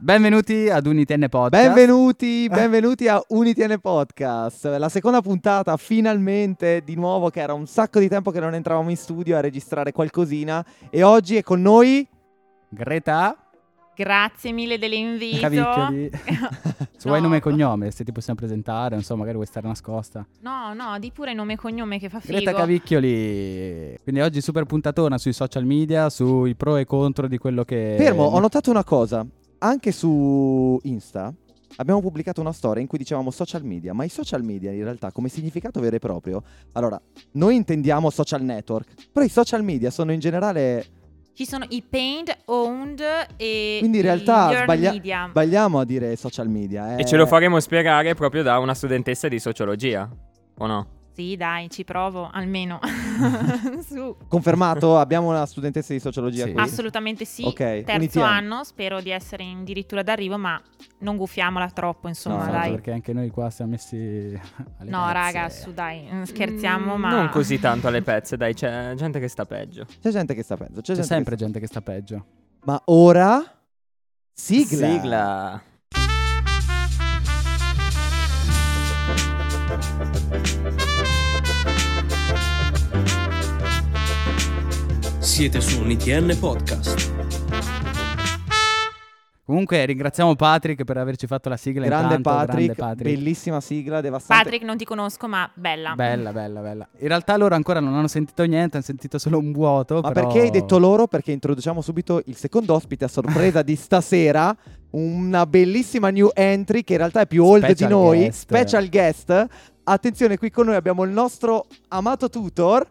Benvenuti ad UniTN Podcast. Benvenuti a UniTN Podcast. La seconda puntata, finalmente, di nuovo, che era un sacco di tempo che non entravamo in studio a registrare qualcosina. E oggi è con noi Greta. Grazie mille dell'invito. Cavicchioli. Se vuoi nome e cognome, se ti possiamo presentare, non so, magari vuoi stare nascosta. No, di pure nome e cognome che fa figo. Greta Cavicchioli. Quindi oggi super puntatona sui social media, sui pro e contro di quello che... Fermo, ho notato una cosa. Anche su Insta abbiamo pubblicato una storia in cui dicevamo social media, ma i social media in realtà come significato vero e proprio, allora, noi intendiamo social network, però i social media sono in generale... Ci sono i paid, owned e quindi in realtà media. sbagliamo a dire social media. E ce lo faremo spiegare proprio da una studentessa di sociologia, o no? Sì, dai, ci provo, almeno. Su. Confermato? Abbiamo una studentessa di sociologia Sì. qui? Assolutamente sì. Ok, Terzo UniTN. anno, spero di essere addirittura d'arrivo, ma non guffiamola troppo, insomma, No, dai. Perché anche noi qua siamo messi alle No, pezze. raga, su, dai, scherziamo, ma... Non così tanto alle pezze, dai, c'è gente che sta peggio. C'è gente che sta peggio. C'è gente sempre che gente che sta peggio. Ma ora... Sigla! Sigla. Siete su UniTN Podcast. Comunque ringraziamo Patrick per averci fatto la sigla. Grande intanto, Patrick, grande Patrick. bellissima sigla, devastante. Patrick non ti conosco, ma bella. Bella. In realtà loro ancora non hanno sentito niente, hanno sentito solo un vuoto. Ma però... perché hai detto loro? Perché introduciamo subito il secondo ospite a sorpresa di stasera. Una bellissima new entry che in realtà è più old Special di noi. guest. Special guest. Attenzione, qui con noi abbiamo il nostro amato tutor,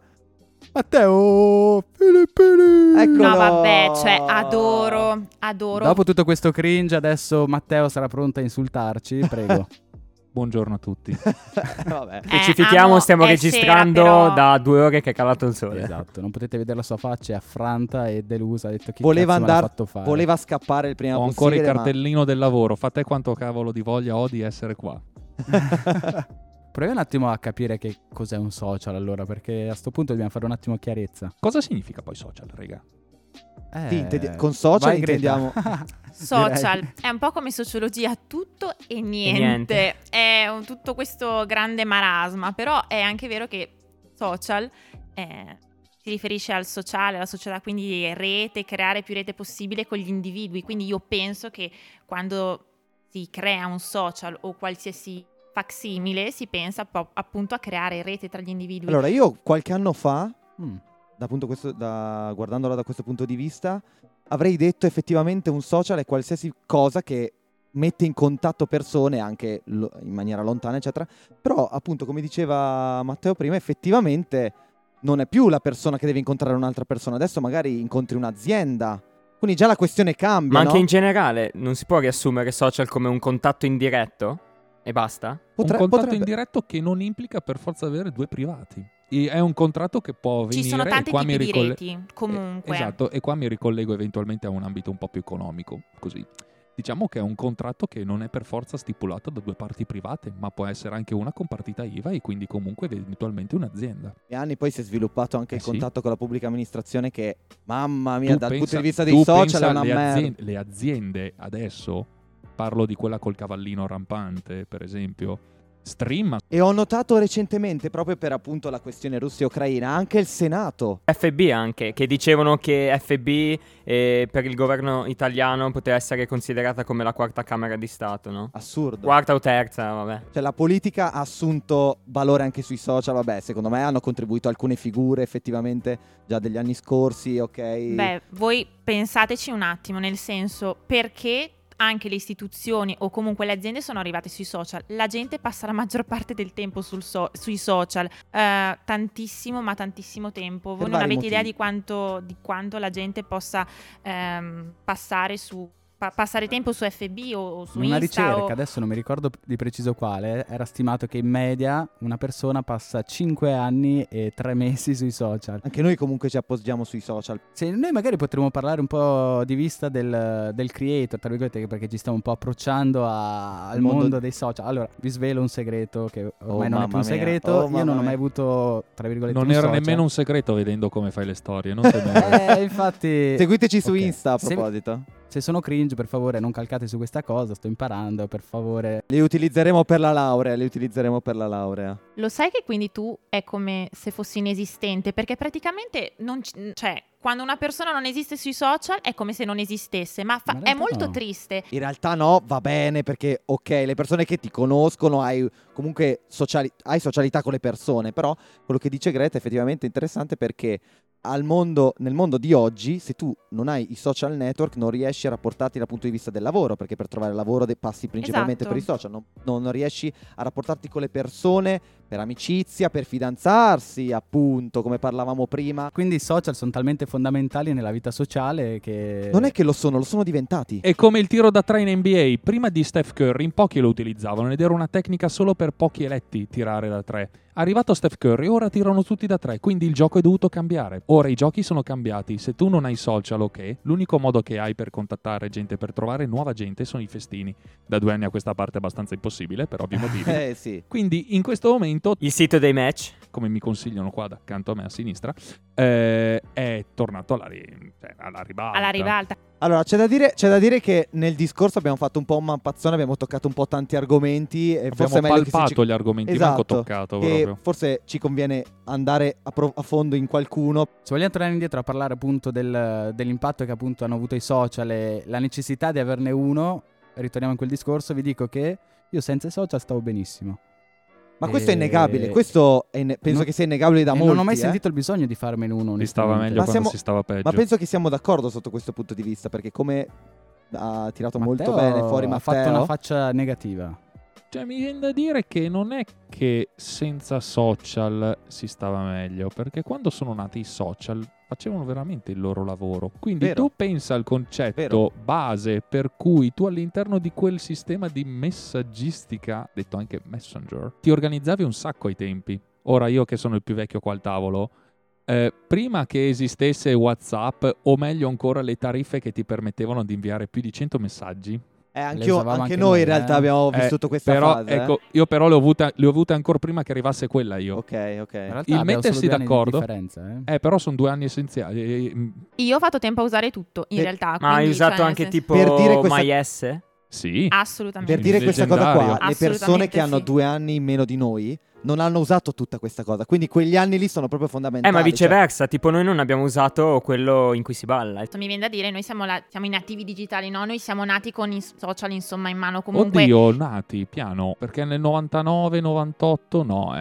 Matteo Filippini. Eccolo. No, vabbè, cioè, adoro. Dopo tutto questo cringe, adesso Matteo sarà pronto a insultarci. Prego. Buongiorno a tutti. Vabbè. Specifichiamo, amo, stiamo è registrando sera, però. da 2 ore che è calato il sole. Esatto, non potete vedere la sua faccia, è affranta e delusa. Ha detto chi Voleva cazzo me l'ha andare, fatto fare. voleva scappare il prima Ho ancora possibile. il cartellino del lavoro. Fate quanto cavolo di voglia ho di essere qua. Proviamo un attimo a capire che cos'è un social allora, perché a sto punto dobbiamo fare un attimo chiarezza. Cosa significa poi social, raga? Sì, con social vai, Greta. intendiamo... Social è un po' come sociologia, tutto e niente. È tutto questo grande marasma, però è anche vero che social si riferisce al sociale, alla società, quindi rete, creare più rete possibile con gli individui. Quindi io penso che quando si crea un social o qualsiasi facsimile si pensa appunto a creare rete tra gli individui. Allora, io qualche anno fa, guardandola da questo punto di vista, avrei detto effettivamente un social è qualsiasi cosa che mette in contatto persone anche in maniera lontana, eccetera. Però, appunto, come diceva Matteo prima, effettivamente non è più la persona che deve incontrare un'altra persona. Adesso magari incontri un'azienda. Quindi già la questione cambia, Ma anche no? in generale non si può riassumere social come un contatto indiretto? E basta? Un contatto potrebbe. indiretto che non implica per forza avere due privati. È un contratto che può venire... Ci sono tanti e qua tipi mi di reti, comunque. Esatto, e qua mi ricollego eventualmente a un ambito un po' più economico, così. Diciamo che è un contratto che non è per forza stipulato da due parti private, ma può essere anche una con partita IVA e quindi comunque eventualmente un'azienda. E anni poi si è sviluppato anche il Sì. contatto con la pubblica amministrazione che, mamma mia, Tu dal pensa- punto di vista tu dei social pensa è una le merda. le aziende adesso, parlo di quella col cavallino rampante, per esempio, streama. E ho notato recentemente, proprio per appunto la questione Russia-Ucraina, anche il Senato. FB anche, che dicevano che FB per il governo italiano poteva essere considerata come la quarta Camera di Stato, no? Assurdo. Quarta o terza, vabbè. Cioè la politica ha assunto valore anche sui social, vabbè, secondo me hanno contribuito alcune figure effettivamente già degli anni scorsi, ok? Beh, voi pensateci un attimo, nel senso, perché anche le istituzioni o comunque le aziende sono arrivate sui social. La gente passa la maggior parte del tempo sui social, tantissimo, ma tantissimo tempo. Voi Per non vari avete idea motivi. di quanto la gente possa passare tempo su FB o su Una Insta. ricerca, adesso non mi ricordo di preciso quale, era stimato che in media una persona passa 5 anni e 3 mesi sui social. Anche noi comunque ci appoggiamo sui social. Se noi magari potremmo parlare un po' di vista del creator, tra virgolette, perché ci stiamo un po' approcciando al Il mondo mondo dei social. Allora, vi svelo un segreto che ormai non è più mamma un mia. segreto. Oh, Io non mamma ho mai mia. avuto, tra virgolette, Non un era social. nemmeno un segreto vedendo come fai le storie, non temere. Infatti... Seguiteci su Ok. Insta a Se- proposito. Se sono cringe, per favore non calcate su questa cosa, sto imparando, per favore. Li utilizzeremo per la laurea. Lo sai che quindi tu è come se fossi inesistente, perché praticamente cioè quando una persona non esiste sui social è come se non esistesse, ma è molto triste. In realtà no, va bene, perché ok, le persone che ti conoscono, hai comunque hai socialità con le persone, però quello che dice Greta è effettivamente interessante, perché nel mondo di oggi, se tu non hai i social network, non riesci a rapportarti dal punto di vista del lavoro, perché per trovare lavoro passi principalmente per i social, non riesci a rapportarti con le persone per amicizia, per fidanzarsi, appunto, come parlavamo prima. Quindi i social sono talmente fondamentali nella vita sociale che... Non è che lo sono diventati. È come il tiro da 3 in NBA. Prima di Steph Curry in pochi lo utilizzavano ed era una tecnica solo per pochi eletti tirare da 3. Arrivato Steph Curry, ora tirano tutti da 3, quindi il gioco è dovuto cambiare. Ora i giochi sono cambiati. Se tu non hai social, ok, l'unico modo che hai per contattare gente, per trovare nuova gente, sono i festini. Da 2 anni a questa parte è abbastanza impossibile, per ovvi motivi. Sì. Quindi in questo momento il sito dei match, come mi consigliano qua accanto a me a sinistra, è tornato alla ribalta. Alla ribalta. Allora, c'è da dire che nel discorso abbiamo fatto un po' un mappazzone, abbiamo toccato un po' tanti argomenti. E abbiamo forse è meglio palpato gli argomenti, manco toccato proprio. Forse ci conviene andare a fondo in qualcuno. Se vogliamo tornare indietro a parlare appunto dell'impatto che appunto hanno avuto i social e la necessità di averne uno, ritorniamo in quel discorso, vi dico che io senza i social stavo benissimo. Ma questo è innegabile, penso che sia innegabile da molti. Non ho mai sentito il bisogno di farmene uno. Si stava meglio quando si stava peggio. Ma penso che siamo d'accordo sotto questo punto di vista, perché come ha tirato Matteo molto bene fuori Matteo, ha fatto una faccia negativa. Cioè, mi viene da dire che non è che senza social si stava meglio, perché quando sono nati i social facevano veramente il loro lavoro. Quindi tu pensa al concetto base per cui tu all'interno di quel sistema di messaggistica, detto anche messenger, ti organizzavi un sacco ai tempi. Ora io che sono il più vecchio qua al tavolo, prima che esistesse WhatsApp, o meglio ancora le tariffe che ti permettevano di inviare più di 100 messaggi, anche noi in realtà abbiamo vissuto questa fase. Ecco, io però le ho avute ancora prima che arrivasse quella io. Ok. Il mettersi d'accordo, però sono 2 anni essenziali. Io ho fatto tempo a usare tutto, in realtà. Ma hai usato anche tipo MyS? Sì. Assolutamente. Per dire questa cosa qua, le persone che hanno sì. 2 anni in meno di noi non hanno usato tutta questa cosa, quindi quegli anni lì sono proprio fondamentali. Ma viceversa, tipo noi non abbiamo usato quello in cui si balla. Mi viene da dire, noi siamo i nativi digitali, no? Noi siamo nati con i social insomma in mano comunque. Oddio, nati piano, perché nel 99, 98 no.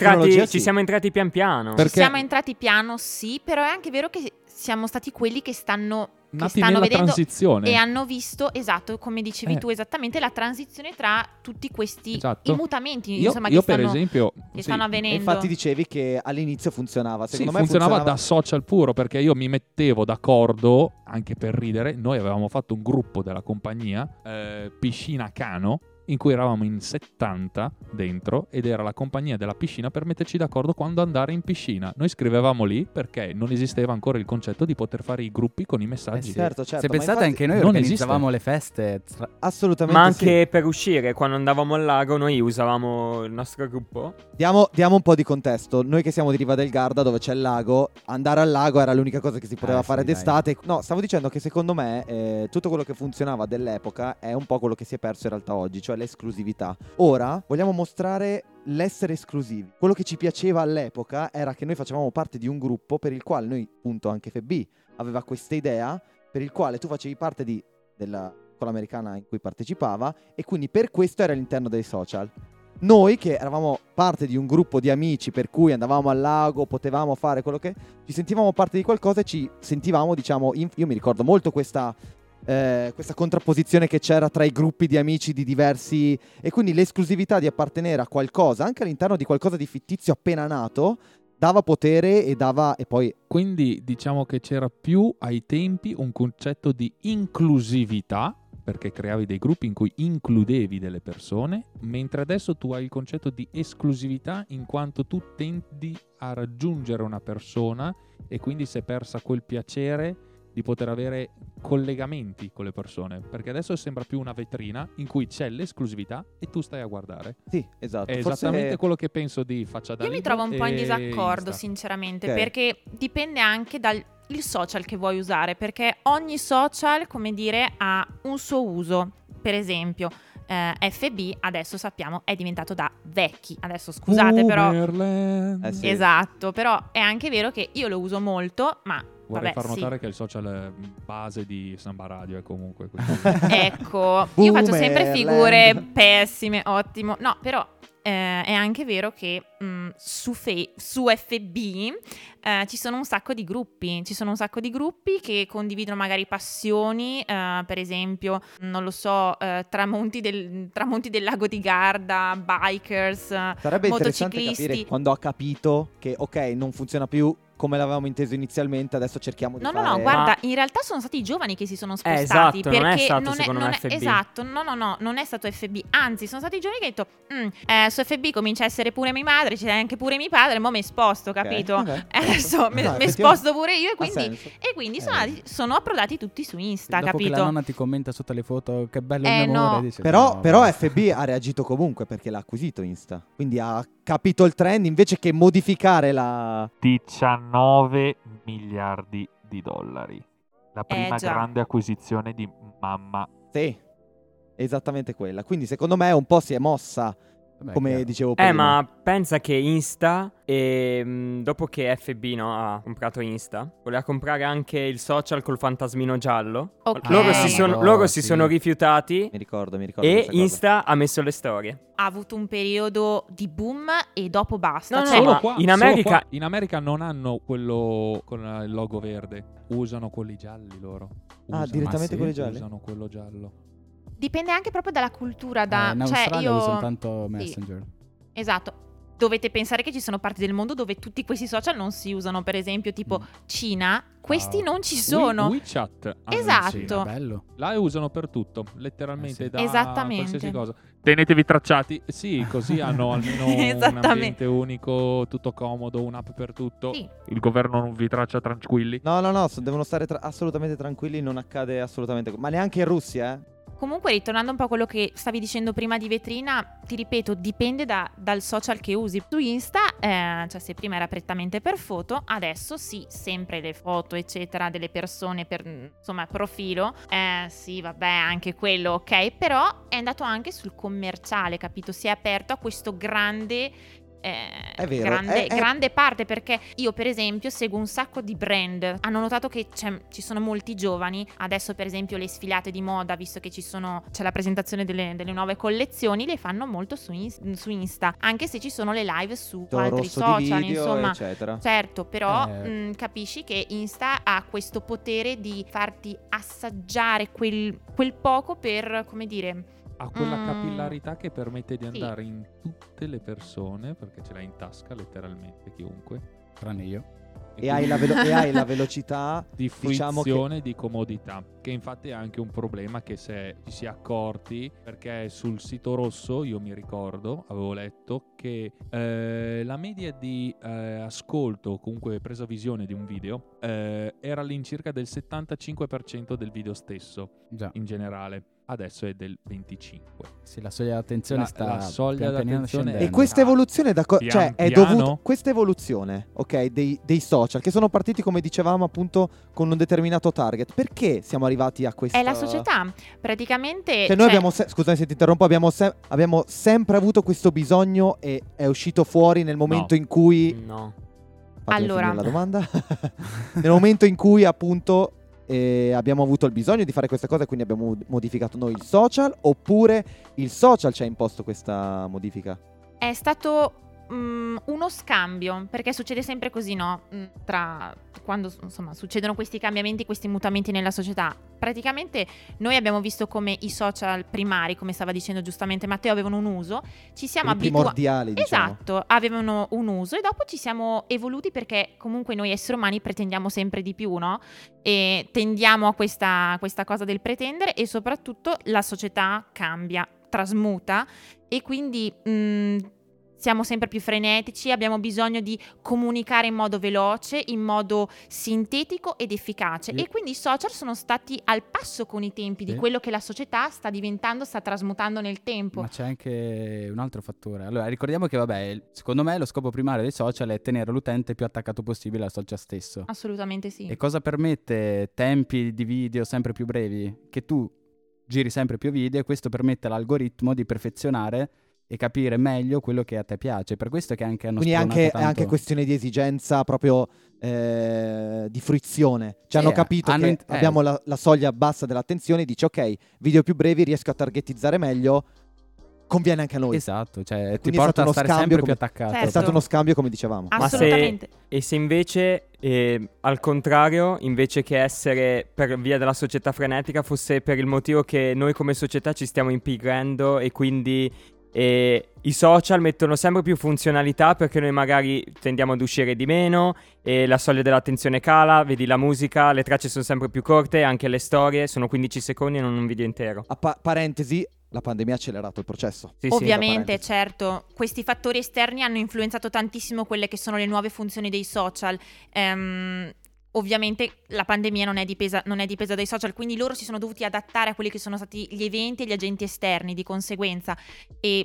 Ci siamo entrati pian piano. Ci siamo entrati piano, sì, però è anche vero che siamo stati quelli che stanno nella vedendo transizione e hanno visto, esatto, come dicevi tu esattamente, la transizione tra tutti questi i mutamenti io che per esempio stanno avvenendo. Infatti dicevi che all'inizio funzionava. Secondo me funzionava da social puro, perché io mi mettevo d'accordo, anche per ridere. Noi avevamo fatto un gruppo della compagnia, Piscina Cano, in cui eravamo in 70 dentro, ed era la compagnia della piscina per metterci d'accordo quando andare in piscina. Noi scrivevamo lì perché non esisteva ancora il concetto di poter fare i gruppi con i messaggi. Certo. Se pensate, anche noi organizzavamo le feste. Assolutamente. Ma anche per uscire, quando andavamo al lago, noi usavamo il nostro gruppo. Diamo un po' di contesto. Noi che siamo di Riva del Garda, dove c'è il lago, andare al lago era l'unica cosa che si poteva fare d'estate. No, stavo dicendo che secondo me tutto quello che funzionava dell'epoca è un po' quello che si è perso in realtà oggi, cioè l'esclusività. Ora vogliamo mostrare l'essere esclusivi. Quello che ci piaceva all'epoca era che noi facevamo parte di un gruppo per il quale noi, appunto, anche FB aveva questa idea, per il quale tu facevi parte della scuola americana in cui partecipava, e quindi per questo era all'interno dei social. Noi che eravamo parte di un gruppo di amici per cui andavamo al lago, potevamo fare quello che ci sentivamo parte di qualcosa e ci sentivamo, diciamo, io mi ricordo molto questa contrapposizione che c'era tra i gruppi di amici di diversi, e quindi l'esclusività di appartenere a qualcosa anche all'interno di qualcosa di fittizio appena nato dava potere e poi quindi diciamo che c'era più ai tempi un concetto di inclusività, perché creavi dei gruppi in cui includevi delle persone, mentre adesso tu hai il concetto di esclusività in quanto tu tendi a raggiungere una persona e quindi si è persa quel piacere di poter avere collegamenti con le persone, perché adesso sembra più una vetrina in cui c'è l'esclusività e tu stai a guardare. Sì, esatto. È esattamente quello che penso di Faccia da Io mi trovo un po' in disaccordo, sinceramente, okay, perché dipende anche dal il social che vuoi usare, perché ogni social, come dire, ha un suo uso. Per esempio FB adesso sappiamo è diventato da vecchi, adesso scusate però Sì. esatto, però è anche vero che io lo uso molto, ma Vorrei vabbè, far notare sì. che il social base di Samba Radio è comunque Ecco, io faccio sempre Boomerland. figure pessime, ottimo. No, però è anche vero che su FB ci sono un sacco di gruppi. Ci sono un sacco di gruppi che condividono magari passioni, per esempio, non lo so, tramonti del lago di Garda, bikers, Sarebbe interessante motociclisti. capire quando ha capito che ok, non funziona più come l'avevamo inteso inizialmente, adesso cerchiamo di No, fare... no, guarda, in realtà sono stati i giovani che si sono spostati. esatto, perché non è stato secondo me FB. Esatto, no, non è stato FB. Anzi, sono stati i giovani che hanno detto, su FB comincia a essere pure mia madre, c'è anche pure mio padre, mo mi sposto, Ok, capito? ok, Adesso mi effettivamente sposto pure io ha senso. e quindi sono approdati tutti su Insta, Dopo che la capito? nonna ti commenta sotto le foto che bello il mio no. amore, dice, Però, no, però basta. FB ha reagito comunque perché l'ha acquisito Insta. Quindi ha capito il trend invece che modificare la... 19 miliardi di dollari. La prima già. grande acquisizione di mamma. Sì, esattamente quella. Quindi secondo me un po' si è mossa, Vabbè, come chiaro. dicevo prima. Ma pensa che Insta, dopo che FB ha comprato Insta, voleva comprare anche il social col fantasmino giallo. Ok. Loro si Sì. sono rifiutati Mi ricordo e questa cosa. Insta ha messo le storie. Ha avuto un periodo di boom e dopo basta. No, Cioè, no, Solo ma qua, in solo America- qua. In America non hanno quello con il logo verde, usano quelli gialli loro. Ah, direttamente sì? quelli gialli? Usano quello giallo. dipende anche proprio dalla cultura. In Cioè, Australia io... usano tanto sì. Messenger. Esatto. Dovete pensare che ci sono parti del mondo dove tutti questi social non si usano, per esempio tipo Cina, questi Ah. non ci sono. WeChat hanno in Esatto. Cina. Bello. Là usano per tutto, letteralmente sì. da Esattamente. qualsiasi cosa. Tenetevi tracciati. Sì, così hanno almeno un Esattamente. ambiente unico, tutto comodo, un'app per tutto. Sì. Il governo non vi traccia tranquilli. No, devono stare assolutamente tranquilli, non accade assolutamente... Ma neanche in Russia, Comunque, ritornando un po' a quello che stavi dicendo prima di vetrina, ti ripeto, dipende dal social che usi. Su Insta, cioè se prima era prettamente per foto, adesso sì, sempre le foto, eccetera, delle persone per, insomma, profilo. Sì, vabbè, anche quello, ok, però è andato anche sul commerciale, capito? Si è aperto a questo grande... È vero, grande parte, perché io per esempio seguo un sacco di brand. Hanno notato che ci sono molti giovani adesso, per esempio le sfilate di moda, visto che c'è la presentazione delle nuove collezioni, le fanno molto su Insta, anche se ci sono le live su Toro altri rosso di social, video, insomma. eccetera. Certo, però Eh. capisci che Insta ha questo potere di farti assaggiare quel poco per, come dire... Ha quella capillarità che permette di Sì. andare in tutte le persone, perché ce l'hai in tasca letteralmente chiunque. Tranne io. E hai la velocità di diciamo fruizione, di comodità, che infatti è anche un problema che se ci si è accorti, perché sul sito rosso io mi ricordo, avevo letto che la media di ascolto, comunque presa visione di un video, era all'incirca del 75% del video stesso Già. in generale. Adesso è del 25%. Sì, la soglia d'attenzione sta la soglia pian pianino d'attenzione scendendo. E questa evoluzione cioè è piano? dovuta questa evoluzione, ok, dei social che sono partiti, come dicevamo, appunto con un determinato target. Perché siamo arrivati a questa... È la società, praticamente... Cioè noi abbiamo scusami se ti interrompo, abbiamo sempre avuto questo bisogno e è uscito fuori nel momento in cui... No. Fatemi Allora. finire la domanda. Nel momento in cui appunto abbiamo avuto il bisogno di fare questa cosa e quindi abbiamo modificato noi il social, oppure il social ci ha imposto questa modifica? È stato uno scambio, perché succede sempre così, no? Tra quando insomma succedono questi cambiamenti, questi mutamenti nella società. Praticamente noi abbiamo visto come i social primari, come stava dicendo giustamente Matteo, avevano un uso, ci siamo Quelli abituati. primordiali, diciamo. Esatto, avevano un uso e dopo ci siamo evoluti perché comunque noi esseri umani pretendiamo sempre di più, no? E tendiamo a questa cosa del pretendere e soprattutto la società cambia, trasmuta e quindi siamo sempre più frenetici, abbiamo bisogno di comunicare in modo veloce, in modo sintetico ed efficace. Sì. E quindi i social sono stati al passo con i tempi di Sì. quello che la società sta diventando, sta trasmutando nel tempo. Ma c'è anche un altro fattore. Allora, ricordiamo che, vabbè, secondo me lo scopo primario dei social è tenere l'utente più attaccato possibile al social stesso. Assolutamente sì. E cosa permette tempi di video sempre più brevi? Che tu giri sempre più video e questo permette all'algoritmo di perfezionare e capire meglio quello che a te piace. Per questo è che anche hanno Quindi spronato è tanto. anche questione di esigenza proprio di fruizione. Cioè Sì, hanno capito hanno che abbiamo la soglia bassa dell'attenzione, dice ok, video più brevi riesco a targetizzare meglio, conviene anche a noi. Esatto, cioè ti Quindi è porta stato a stare uno sempre scambio più attaccato. Certo. È stato uno scambio, come dicevamo. Ma Assolutamente. se invece, al contrario, invece che essere per via della società frenetica, fosse per il motivo che noi come società ci stiamo impigrendo e quindi i social mettono sempre più funzionalità perché noi magari tendiamo ad uscire di meno e la soglia dell'attenzione cala, vedi la musica, le tracce sono sempre più corte, anche le storie sono 15 secondi e non un video intero. Parentesi, la pandemia ha accelerato il processo. Sì, Ovviamente, certo, questi fattori esterni hanno influenzato tantissimo quelle che sono le nuove funzioni dei social. Ovviamente la pandemia non è dipesa dai social, quindi loro si sono dovuti adattare a quelli che sono stati gli eventi e gli agenti esterni di conseguenza, e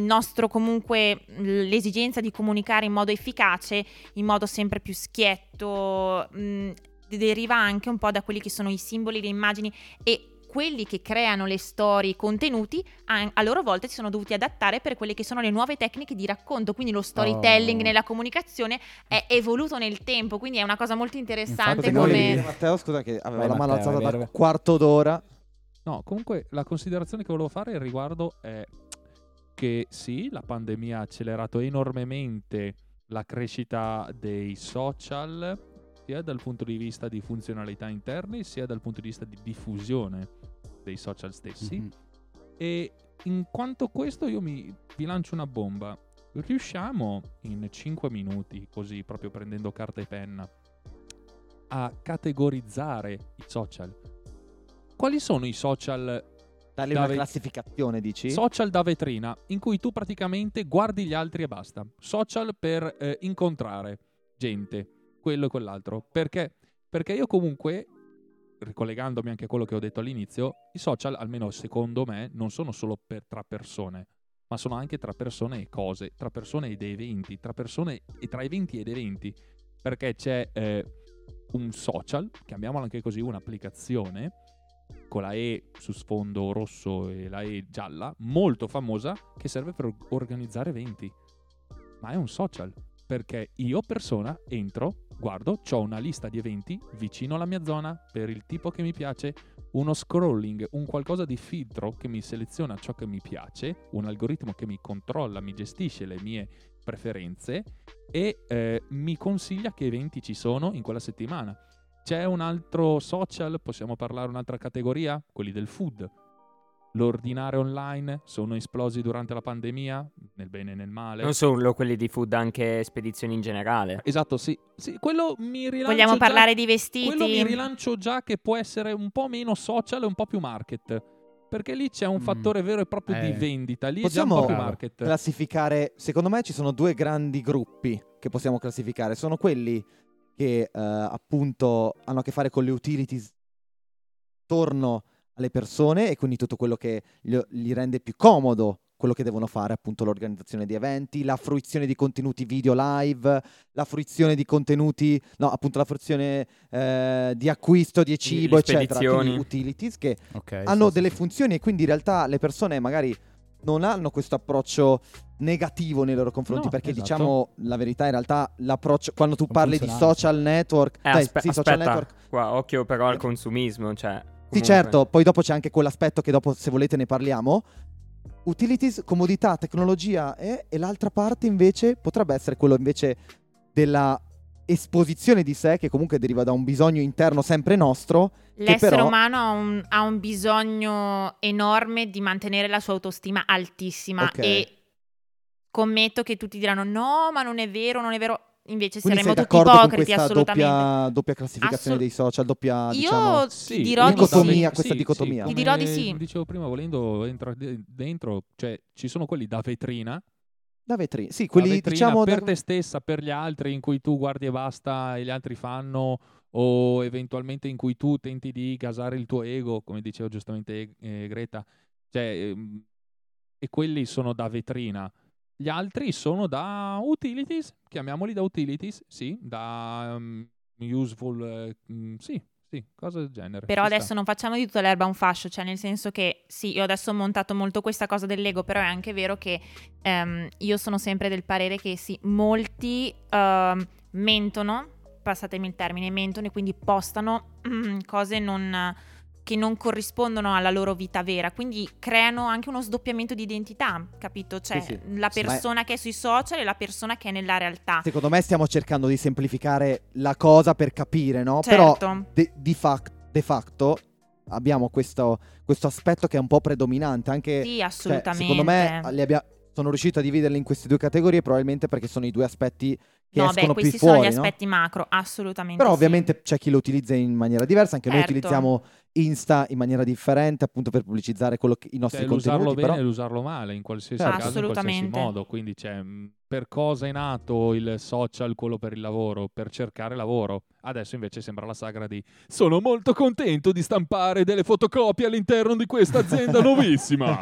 l'esigenza di comunicare in modo efficace, in modo sempre più schietto, deriva anche un po' da quelli che sono i simboli, le immagini, e quelli che creano le storie, i contenuti, a loro volta si sono dovuti adattare per quelle che sono le nuove tecniche di racconto. Quindi lo storytelling nella comunicazione è evoluto nel tempo, quindi è una cosa molto interessante. Infatti come Matteo, scusa che aveva Vai, la mano Matteo, alzata vai, da quarto d'ora. No, comunque la considerazione che volevo fare al riguardo è che sì, la pandemia ha accelerato enormemente la crescita dei social, sia dal punto di vista di funzionalità interne, sia dal punto di vista di diffusione dei social stessi. Mhm. E in quanto questo io vi lancio una bomba. Riusciamo in 5 minuti, così proprio prendendo carta e penna, a categorizzare i social? Quali sono i social? Dargli una classificazione, dici? Social da vetrina, in cui tu praticamente guardi gli altri e basta. Social per incontrare gente, quello e quell'altro. Perché io comunque, ricollegandomi anche a quello che ho detto all'inizio, i social, almeno secondo me, non sono solo tra persone, ma sono anche tra persone e cose, tra persone ed eventi, tra persone e tra eventi ed eventi. Perché c'è un social, chiamiamolo anche così, un'applicazione con la E su sfondo rosso e la E gialla, molto famosa, che serve per organizzare eventi. Ma è un social, perché io persona entro, guardo, c'ho una lista di eventi vicino alla mia zona per il tipo che mi piace, uno scrolling, un qualcosa di filtro che mi seleziona ciò che mi piace, un algoritmo che mi controlla, mi gestisce le mie preferenze e mi consiglia che eventi ci sono in quella settimana. C'è un altro social, possiamo parlare un'altra categoria, quelli del food. L'ordinare online sono esplosi durante la pandemia, nel bene e nel male. Non solo quelli di food, anche spedizioni in generale. Esatto, sì. Quello mi rilancio. vogliamo già, parlare di vestiti? Quello mi rilancio già che può essere un po' meno social e un po' più market. Perché lì c'è un fattore vero e proprio di vendita. Lì c'è un po' più market. Classificare, secondo me ci sono due grandi gruppi che possiamo classificare. Sono quelli che appunto hanno a che fare con le utilities attorno alle persone, e quindi tutto quello che gli rende più comodo quello che devono fare, appunto l'organizzazione di eventi, la fruizione di contenuti video live, la fruizione di contenuti, no, appunto la fruizione di acquisto di cibo, eccetera. Quindi utilities che hanno delle funzioni, e quindi in realtà le persone magari non hanno questo approccio negativo nei loro confronti, no, perché esatto. Diciamo la verità, in realtà l'approccio, quando tu Non parli di funzionale. social network, social network, qua, occhio però al consumismo, cioè sì, certo, poi dopo c'è anche quell'aspetto che dopo, se volete, ne parliamo. Utilities, comodità, tecnologia, e l'altra parte invece potrebbe essere quello invece della esposizione di sé, che comunque deriva da un bisogno interno sempre nostro. L'essere però umano ha un bisogno enorme di mantenere la sua autostima altissima, e scommetto che tutti diranno no, ma non è vero, non è vero. Invece quindi saremo sei tutti d'accordo ipocriti, con questa assolutamente. doppia classificazione dei social, doppia, Io diciamo, ti dirò di dicotomia, sì. questa dicotomia. Ti dirò di sì. Dicevo prima, volendo entra dentro, cioè ci sono quelli da vetrina, Da vetrina. Sì, quelli La vetrina diciamo per te stessa, per gli altri, in cui tu guardi e basta e gli altri fanno, o eventualmente in cui tu tenti di gasare il tuo ego, come diceva giustamente Greta, cioè, e quelli sono da vetrina. Gli altri sono da utilities, chiamiamoli da utilities, sì, da useful, sì, cose del genere. Però ci adesso sta. non facciamo di tutta l'erba un fascio, cioè nel senso che sì, io adesso ho montato molto questa cosa dell'ego, però è anche vero che io sono sempre del parere che sì, molti mentono, passatemi il termine, mentono e quindi postano cose che non corrispondono alla loro vita vera, quindi creano anche uno sdoppiamento di identità, capito? Cioè Sì. la persona che è sui social e la persona che è nella realtà. Secondo me stiamo cercando di semplificare la cosa per capire, no? Certo. Però de facto abbiamo questo aspetto che è un po' predominante. Anche, Sì, cioè, assolutamente. secondo me sono riuscito a dividerli in queste due categorie probabilmente perché sono i due aspetti che escono più questi fuori, sono gli no? aspetti macro, assolutamente. Però sì. ovviamente c'è chi lo utilizza in maniera diversa, anche noi Certo. utilizziamo Insta in maniera differente appunto per pubblicizzare i nostri Cioè, l'usarlo contenuti. bene Però e l'usarlo male, in qualsiasi Certo. caso, in qualsiasi Assolutamente. modo. Quindi per cosa è nato il social, quello per il lavoro? Per cercare lavoro. Adesso invece sembra la sagra di sono molto contento di stampare delle fotocopie all'interno di questa azienda nuovissima.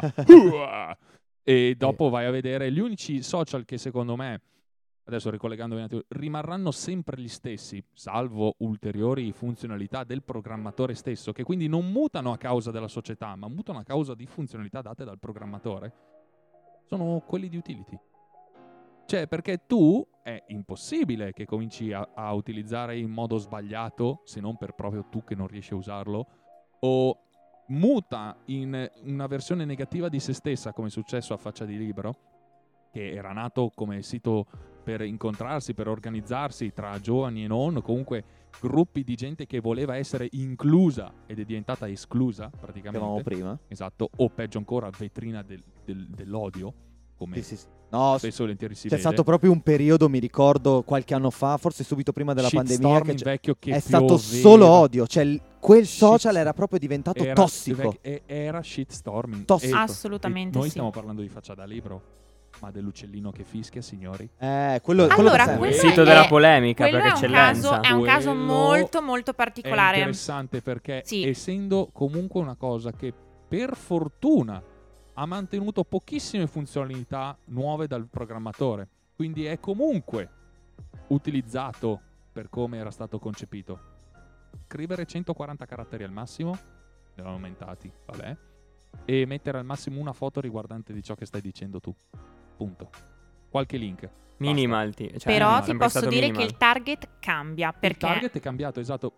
E dopo vai a vedere gli unici social che secondo me, adesso ricollegandomi un attimo, rimarranno sempre gli stessi, salvo ulteriori funzionalità del programmatore stesso, che quindi non mutano a causa della società, ma mutano a causa di funzionalità date dal programmatore, sono quelli di utility. Cioè, perché tu è impossibile che cominci a utilizzare in modo sbagliato, se non per proprio tu che non riesci a usarlo, o muta in una versione negativa di se stessa, come è successo a Faccia di Libro, che era nato come sito per incontrarsi, per organizzarsi tra giovani e non, comunque gruppi di gente che voleva essere inclusa ed è diventata esclusa praticamente. chiamavamo prima. Esatto, o peggio ancora vetrina dell'odio, come Sì. No, spesso e volentieri si c'è vede. stato proprio un periodo, mi ricordo, qualche anno fa, forse subito prima della pandemia, Shitstorming che vecchio che è stato pioveva. solo odio. Cioè, quel social Shit- era proprio diventato Era- tossico. Era shitstorming. Tossico. E- Assolutamente e noi sì. stiamo parlando di Faccia da Libro, ma dell'uccellino che fischia, signori. Quello Allora, da sempre. quello Il sito è- della polemica quello per è un eccellenza. caso, è un caso Quello molto molto È particolare. interessante perché Sì. essendo comunque una cosa che per fortuna ha mantenuto pochissime funzionalità nuove dal programmatore, quindi è comunque utilizzato per come era stato concepito. Scrivere 140 caratteri al massimo, ne hanno aumentati, vabbè, e mettere al massimo una foto riguardante di ciò che stai dicendo tu. Punto. Qualche link. Minimal, cioè, Però è ti sempre posso stato dire minimal. che il target cambia Il perché, target è cambiato, esatto.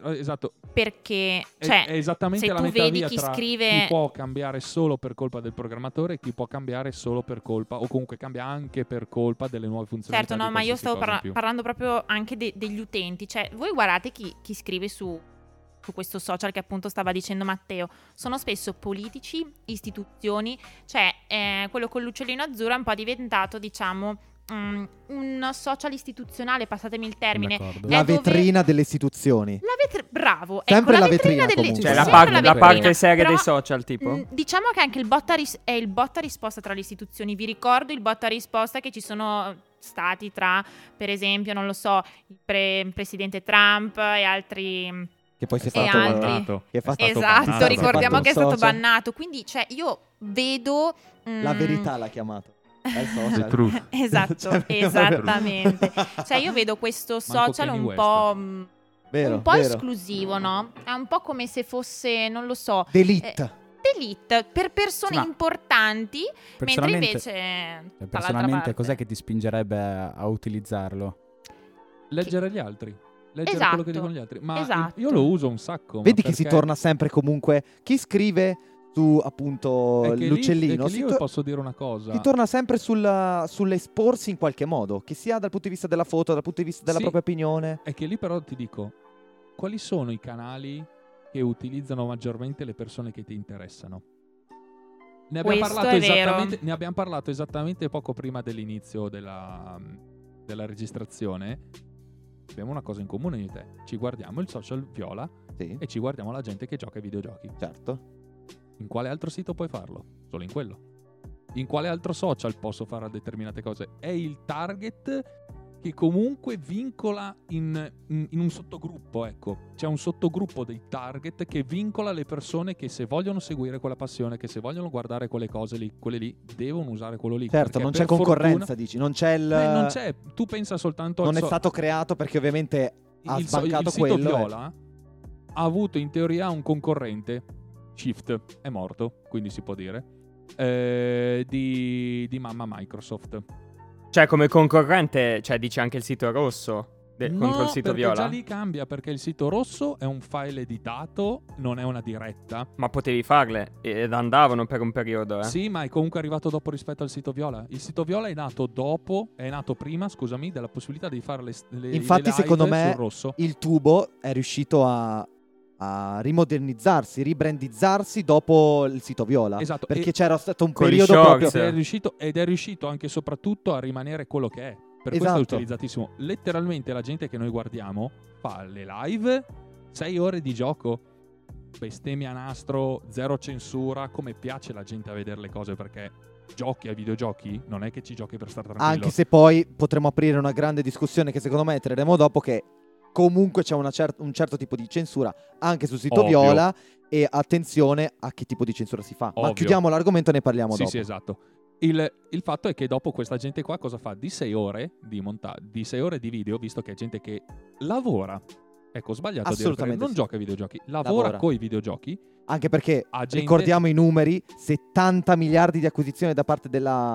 perché È cioè, esattamente se la tu metà vedi via chi tra scrive chi può cambiare solo per colpa del programmatore e chi può cambiare solo per colpa, o comunque cambia anche per colpa delle nuove funzionalità. certo, no, di ma io qualsiasi stavo cosa in più. parlando proprio anche degli utenti, cioè voi guardate chi scrive su questo social che appunto stava dicendo Matteo, sono spesso politici, istituzioni, cioè quello con l'uccellino azzurro è un po' diventato, diciamo, un social istituzionale, passatemi il termine. D'accordo. La è dove- vetrina delle istituzioni. bravo, Sempre ecco, la vetrina, delle comunque. Cioè la, sempre la vetrina. parte seria Però, dei social, tipo? diciamo che anche il è il botta risposta tra le istituzioni. Vi ricordo il botta risposta che ci sono stati tra, per esempio, non lo so, il presidente Trump e altri. Che poi si è E fatto altri. che fa Esatto, bannato. ricordiamo che è stato social. bannato. Quindi, cioè, io vedo La verità l'ha chiamato. È il social. The truth. Esatto, Cioè, esattamente. Cioè, io vedo questo social Kanye un West. po'. Vero, un po' vero. esclusivo, no? È un po' come se fosse, non lo so, D'elite. d'elite per persone Sì, ma importanti, mentre personalmente, invece cioè, dall'altra personalmente parte. cos'è che ti spingerebbe a utilizzarlo? Leggere gli altri. Leggere Esatto, quello che dicono gli altri. Ma esatto. io lo uso un sacco. ma Vedi che si perché- torna sempre comunque. Chi scrive su appunto è che l'uccellino lì, si, io posso dire una cosa. si torna sempre sull'esporsi in qualche modo, che sia dal punto di vista della foto, dal punto di vista della Sì. propria opinione. È che lì però ti dico, quali sono i canali che utilizzano maggiormente le persone che ti interessano? Ne abbiamo, Questo parlato è vero. esattamente, ne abbiamo parlato esattamente poco prima dell'inizio della registrazione. Abbiamo una cosa in comune io e te. Ci guardiamo il social viola Sì, e ci guardiamo la gente che gioca ai videogiochi. certo. In quale altro sito puoi farlo? Solo in quello. In quale altro social posso fare determinate cose? È il target che comunque vincola in un sottogruppo, ecco. C'è un sottogruppo dei target che vincola le persone che se vogliono seguire quella passione, che se vogliono guardare quelle cose lì, quelle lì, devono usare quello lì. Certo, Perché non per c'è concorrenza, fortuna- dici, non c'è il... non c'è, tu pensa soltanto Non è stato creato perché ovviamente ha sbancato il sito quello. Viola ha avuto in teoria un concorrente, Shift, è morto, quindi si può dire, di mamma Microsoft. Cioè, come concorrente, cioè, dice anche il sito rosso contro il sito perché viola? già lì cambia, perché il sito rosso è un file editato, non è una diretta. Ma potevi farle ed andavano per un periodo, Sì, ma è comunque arrivato dopo rispetto al sito viola. Il sito viola è nato prima, scusami, della possibilità di fare le Infatti, live secondo me, sul rosso. il tubo è riuscito a rimodernizzarsi, ribrandizzarsi dopo il sito viola. Esatto. Perché c'era stato un con i periodo shorts. proprio... Ed è riuscito anche e soprattutto a rimanere quello che è. Per questo è Esatto. utilizzatissimo. Letteralmente la gente che noi guardiamo fa le live 6 ore di gioco, bestemmia a nastro, zero censura, come piace la gente a vedere le cose, perché giochi ai videogiochi non è che ci giochi per stare tranquillo. Anche se poi potremo aprire una grande discussione che secondo me entreremo dopo, che comunque c'è un certo tipo di censura anche sul sito Ovvio. viola, e attenzione a che tipo di censura si fa. Ma Ovvio. chiudiamo l'argomento e ne parliamo Sì, dopo. sì, esatto. Il fatto è che dopo questa gente qua cosa fa? Di 6 ore di 6 ore di video, visto che è gente che lavora. Ecco, ho sbagliato a dire, perché Assolutamente non sì. gioca ai videogiochi, lavora coi videogiochi. Anche perché, A gente- ricordiamo i numeri, 70 miliardi di acquisizione da parte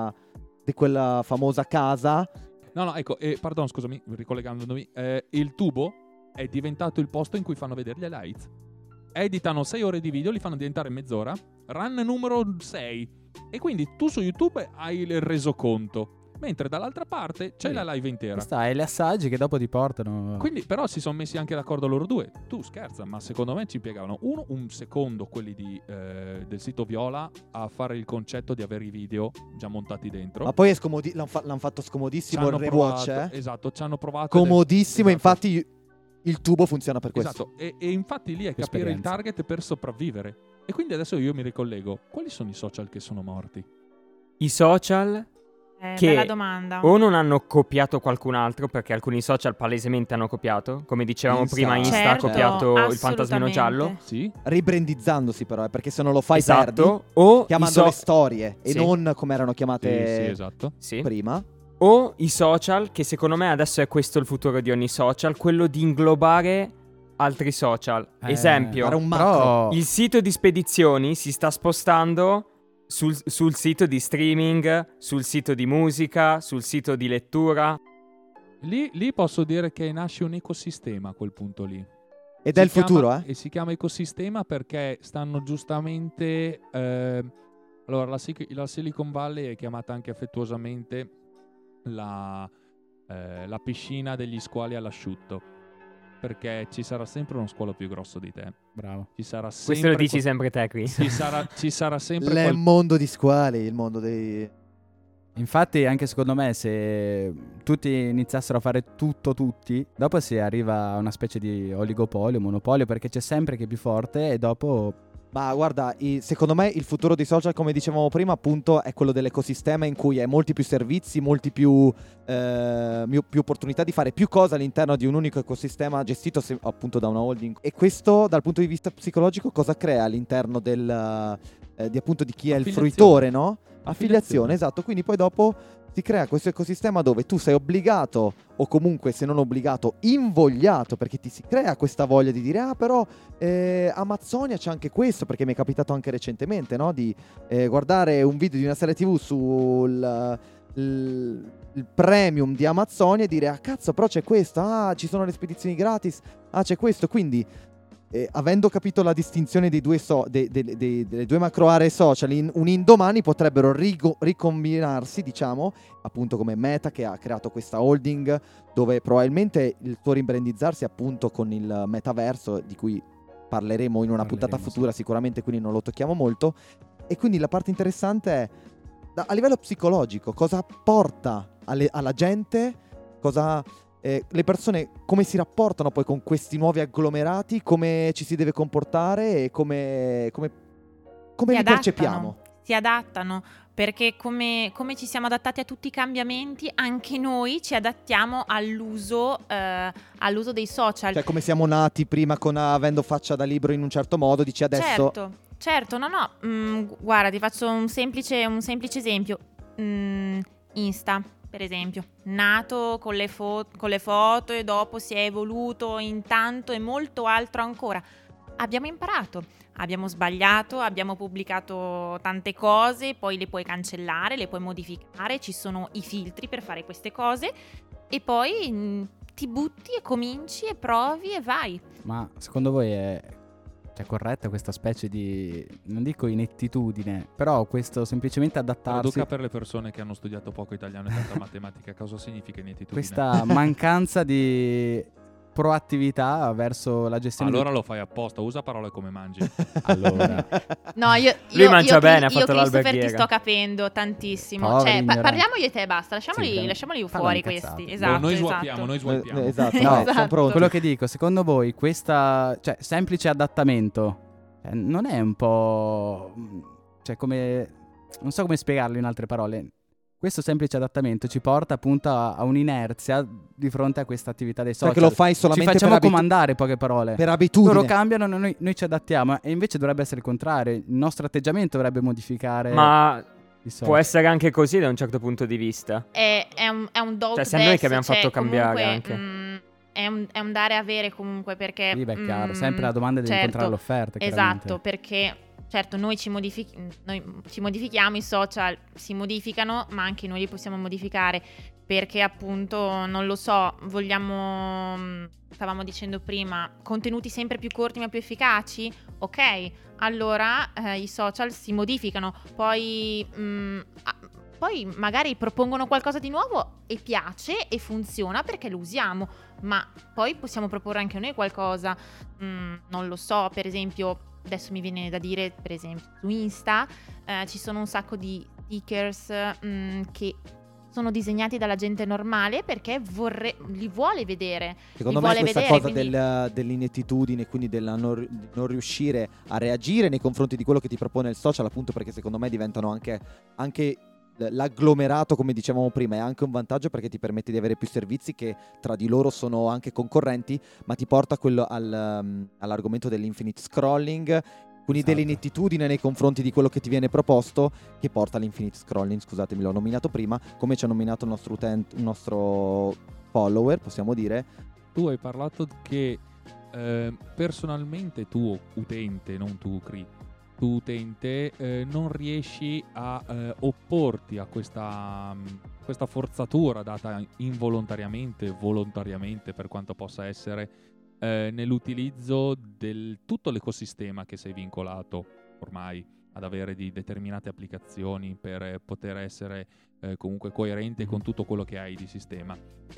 di quella famosa casa. No, ecco, pardon, scusami, ricollegandomi, il tubo è diventato il posto in cui fanno vedere gli highlights. Editano 6 ore di video, li fanno diventare mezz'ora, run numero 6. E quindi tu su YouTube hai il resoconto, mentre dall'altra parte c'è Sì. la live intera. Questa hai le assaggi che dopo ti portano. Quindi però si sono messi anche d'accordo loro due. Tu scherza, ma secondo me ci impiegavano un secondo quelli del sito Viola a fare il concetto di avere i video già montati dentro. Ma poi è l'hanno fatto scomodissimo il C'hanno rewatch, provato- Esatto, ci hanno provato. Comodissimo, Esatto. infatti il tubo funziona per questo. Esatto, e infatti lì è capire il Esperienza. target per sopravvivere. E quindi adesso io mi ricollego. Quali sono i social che sono morti? I social che Bella domanda. o non hanno copiato qualcun altro, perché alcuni social palesemente hanno copiato, come dicevamo Insta. prima, Insta Certo, ha copiato il fantasmino assolutamente. giallo. Sì? Ribrandizzandosi però, perché se non lo fai perdi, Esatto. O chiamando le storie e Sì. non come erano Sì, chiamate esatto. Sì. prima. O i social, che secondo me adesso è questo il futuro di ogni social, quello di inglobare altri social. Esempio, fare un macro. Però il sito di spedizioni si sta spostando sul sito di streaming, sul sito di musica, sul sito di lettura. Lì posso dire che nasce un ecosistema a quel punto lì. Ed è il futuro, E si chiama ecosistema perché stanno giustamente... allora, la Silicon Valley è chiamata anche affettuosamente la piscina degli squali all'asciutto. Perché ci sarà sempre uno squalo più grosso di te. bravo. Ci sarà sempre Questo lo dici sempre te, qui. ci sarà sempre Il mondo di squali, il mondo dei... Infatti, anche secondo me, se tutti iniziassero a fare tutto tutti, dopo si arriva a una specie di oligopolio, monopolio, perché c'è sempre chi è più forte e dopo... Ma guarda, secondo me il futuro dei social, come dicevamo prima, appunto è quello dell'ecosistema in cui hai molti più servizi, molti più opportunità di fare più cose all'interno di un unico ecosistema gestito appunto da una holding. E questo dal punto di vista psicologico cosa crea all'interno di chi è il Affiliazione. fruitore, no? Affiliazione, esatto. Quindi poi dopo si crea questo ecosistema dove tu sei obbligato, o comunque se non obbligato, invogliato, perché ti si crea questa voglia di dire però Amazzonia c'è anche questo, perché mi è capitato anche recentemente, no? Di guardare un video di una serie TV sul il premium di Amazzonia e dire cazzo, però c'è questo, ci sono le spedizioni gratis, c'è questo, quindi avendo capito la distinzione dei delle due macro aree social, un indomani potrebbero ricombinarsi, diciamo, appunto come Meta, che ha creato questa holding dove probabilmente il suo ribrandizzarsi appunto con il metaverso, di cui parleremo in una puntata futura sicuramente, quindi non lo tocchiamo molto. E quindi la parte interessante è a livello psicologico cosa porta alla gente, le persone come si rapportano poi con questi nuovi agglomerati, come ci si deve comportare e come li percepiamo. Si adattano. perché come ci siamo adattati a tutti i cambiamenti, anche noi ci adattiamo all'uso dei social. Cioè, come siamo nati prima avendo faccia da libro in un certo modo, dici adesso... Certo, no. Guarda, ti faccio un semplice esempio. Insta, per esempio, nato con le foto e dopo si è evoluto in tanto e molto altro ancora. Abbiamo imparato, abbiamo sbagliato, abbiamo pubblicato tante cose, poi le puoi cancellare, le puoi modificare, ci sono i filtri per fare queste cose e poi ti butti e cominci e provi e vai. Ma secondo voi è corretta questa specie di, non dico inettitudine, però questo semplicemente adattarsi? Traduca per le persone che hanno studiato poco italiano e tanta matematica, cosa significa inettitudine? Questa mancanza di proattività verso la gestione. Allora lo fai apposta, usa parole come mangi. Allora. No, lui mangia bene, ha fatto Christopher l'alberghiera. ti sto capendo tantissimo. Poveri Cioè, ignoranti. parliamo io e te e basta. Lasciamoli Parlano fuori cazzate. questi. Esatto. Noi esatto. swipiamo. Esatto, No, siamo pronti. quello che dico, secondo voi questa, cioè, semplice adattamento non è un po', cioè, come, non so come spiegarlo in altre parole. Questo semplice adattamento ci porta appunto a un'inerzia di fronte a questa attività dei social. Perché lo fai solamente ci facciamo per comandare, poche parole. per abitudine. Loro cambiano, noi ci adattiamo, e invece dovrebbe essere il contrario. Il nostro atteggiamento dovrebbe modificare Ma i social. può essere anche così da un certo punto di vista. È un do Cioè, siamo noi che abbiamo fatto cambiare comunque, anche. È un dare e avere comunque, perché Sì, beh, chiaro, sempre la domanda deve certo, incontrare l'offerta. Esatto, perché certo noi ci modifichiamo, i social si modificano, ma anche noi li possiamo modificare, perché appunto, non lo so, stavamo dicendo prima, contenuti sempre più corti ma più efficaci? Ok, allora i social si modificano, poi magari propongono qualcosa di nuovo e piace e funziona perché lo usiamo, ma poi possiamo proporre anche noi qualcosa, non lo so, per esempio, adesso mi viene da dire, per esempio, su Insta ci sono un sacco di stickers che sono disegnati dalla gente normale perché li vuole vedere. Secondo li me vuole questa vedere, cosa dell'inettitudine, quindi della non riuscire a reagire nei confronti di quello che ti propone il social, appunto perché secondo me diventano anche l'agglomerato, come dicevamo prima, è anche un vantaggio perché ti permette di avere più servizi che tra di loro sono anche concorrenti, ma ti porta all'argomento dell'infinite scrolling, quindi dell'inettitudine nei confronti di quello che ti viene proposto, che porta all'infinite scrolling. Scusatemi, l'ho nominato prima, come ci ha nominato il nostro utente, il nostro follower, possiamo dire. Tu hai parlato che personalmente tu utente, non tu utente, non riesci a opporti a questa forzatura data involontariamente, volontariamente, per quanto possa essere, nell'utilizzo del tutto l'ecosistema che sei vincolato ormai ad avere di determinate applicazioni per poter essere comunque coerente con tutto quello che hai di sistema.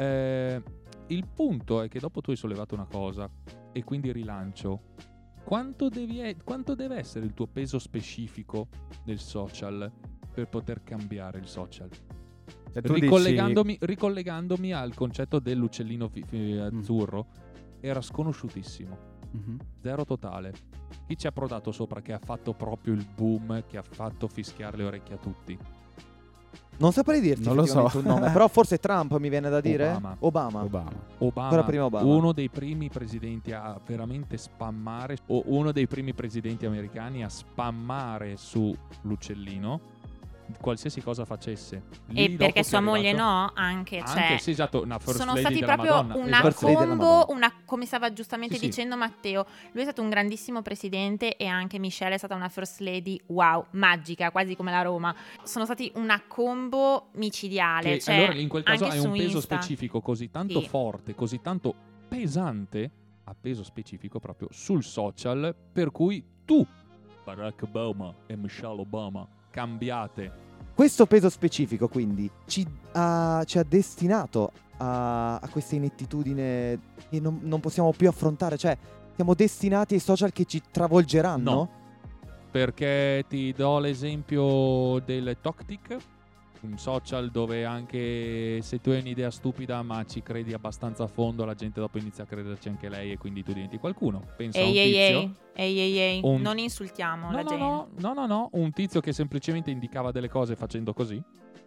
Il punto è che dopo tu hai sollevato una cosa e quindi rilancio. Quanto deve essere il tuo peso specifico del social per poter cambiare il social? Cioè, tu Ricollegandomi al concetto dell'uccellino azzurro, era sconosciutissimo. Zero totale. Chi ci ha prodato sopra che ha fatto proprio il boom, che ha fatto fischiare le orecchie a tutti? Non saprei dirti Non lo so. un nome, però forse Trump mi viene da dire. Obama. Ancora prima Obama. Uno dei primi presidenti a veramente spammare, o uno dei primi presidenti americani a spammare sull'uccellino qualsiasi cosa facesse. E perché sua moglie no? Anche, cioè, sì, esatto, una first sono lady stati della proprio Madonna. una combo, come stava giustamente Sì. dicendo Matteo. Lui è stato un grandissimo presidente e anche Michelle è stata una first lady, wow, magica, quasi come la Roma. Sono stati una combo micidiale. Cioè, allora in quel caso anche hai su un peso Insta. specifico così tanto Sì. forte, così tanto pesante, a peso specifico proprio sul social, per cui tu, Barack Obama e Michelle Obama, cambiate. Questo peso specifico quindi ci ha destinato a questa inettitudine che non possiamo più affrontare, cioè siamo destinati ai social che ci travolgeranno? No. Perché ti do l'esempio del Toctic, un social dove anche se tu hai un'idea stupida ma ci credi abbastanza a fondo, la gente dopo inizia a crederci anche lei e quindi tu diventi qualcuno. Pensa a un tizio. Ehi, non insultiamo la gente. No, un tizio che semplicemente indicava delle cose facendo così.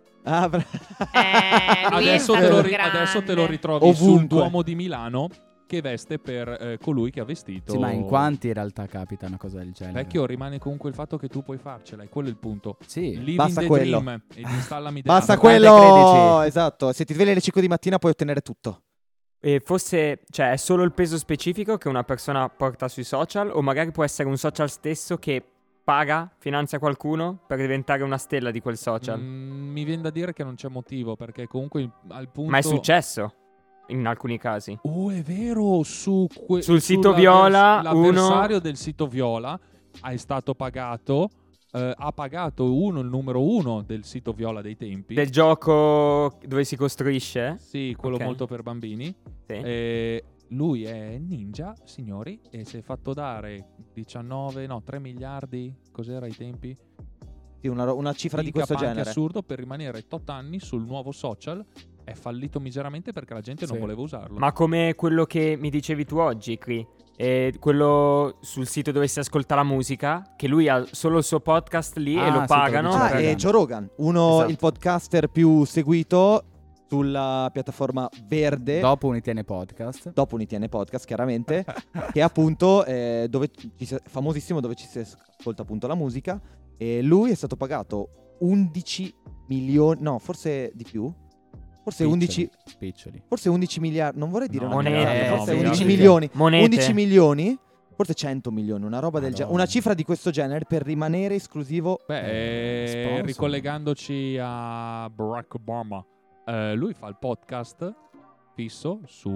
Adesso te lo ritrovi sul Duomo di Milano che veste per colui che ha vestito. Sì, ma in quanti in realtà capita una cosa del genere? Vecchio, rimane comunque il fatto che tu puoi farcela, e quello è il punto. Sì, Living basta the quello. dream ed installami Basta dentro. quello, esatto. Se ti svegli alle 5 di mattina puoi ottenere tutto. E forse, cioè, è solo il peso specifico che una persona porta sui social, o magari può essere un social stesso che paga, finanzia qualcuno per diventare una stella di quel social. Mi viene da dire che non c'è motivo, perché comunque al punto... Ma è successo in alcuni casi. È vero, sul sito Viola l'avversario del sito Viola è stato pagato, ha pagato il numero 1 del sito Viola dei tempi. Del gioco dove si costruisce? Sì, quello Ok. molto per bambini. Sì. Lui è ninja, signori, e si è fatto dare 3 miliardi, cos'era ai tempi? Sì, una cifra di questo Anche genere. assurdo per rimanere tot anni sul nuovo social. È fallito miseramente perché la gente non Sì. voleva usarlo. Ma come quello che mi dicevi tu oggi, Cri, quello sul sito dove si ascolta la musica, che lui ha solo il suo podcast lì e lo sì, pagano. te lo dicevo. E Joe Rogan, Esatto. il podcaster più seguito sulla piattaforma verde. dopo un ITN podcast. Dopo un ITN podcast, chiaramente, che è appunto famosissimo, dove ci si ascolta appunto la musica. E lui è stato pagato 11 milioni, no, forse di più. Forse 11, Spiccioli. forse 11 miliardi, non vorrei dire No, una monete, cazzata, forse no, 11 monete. milioni. Monete. 11 milioni, forse 100 milioni, una roba del genere. Madonna. Una cifra di questo genere per rimanere esclusivo. Sponsor. Ricollegandoci a Barack Obama, lui fa il podcast fisso su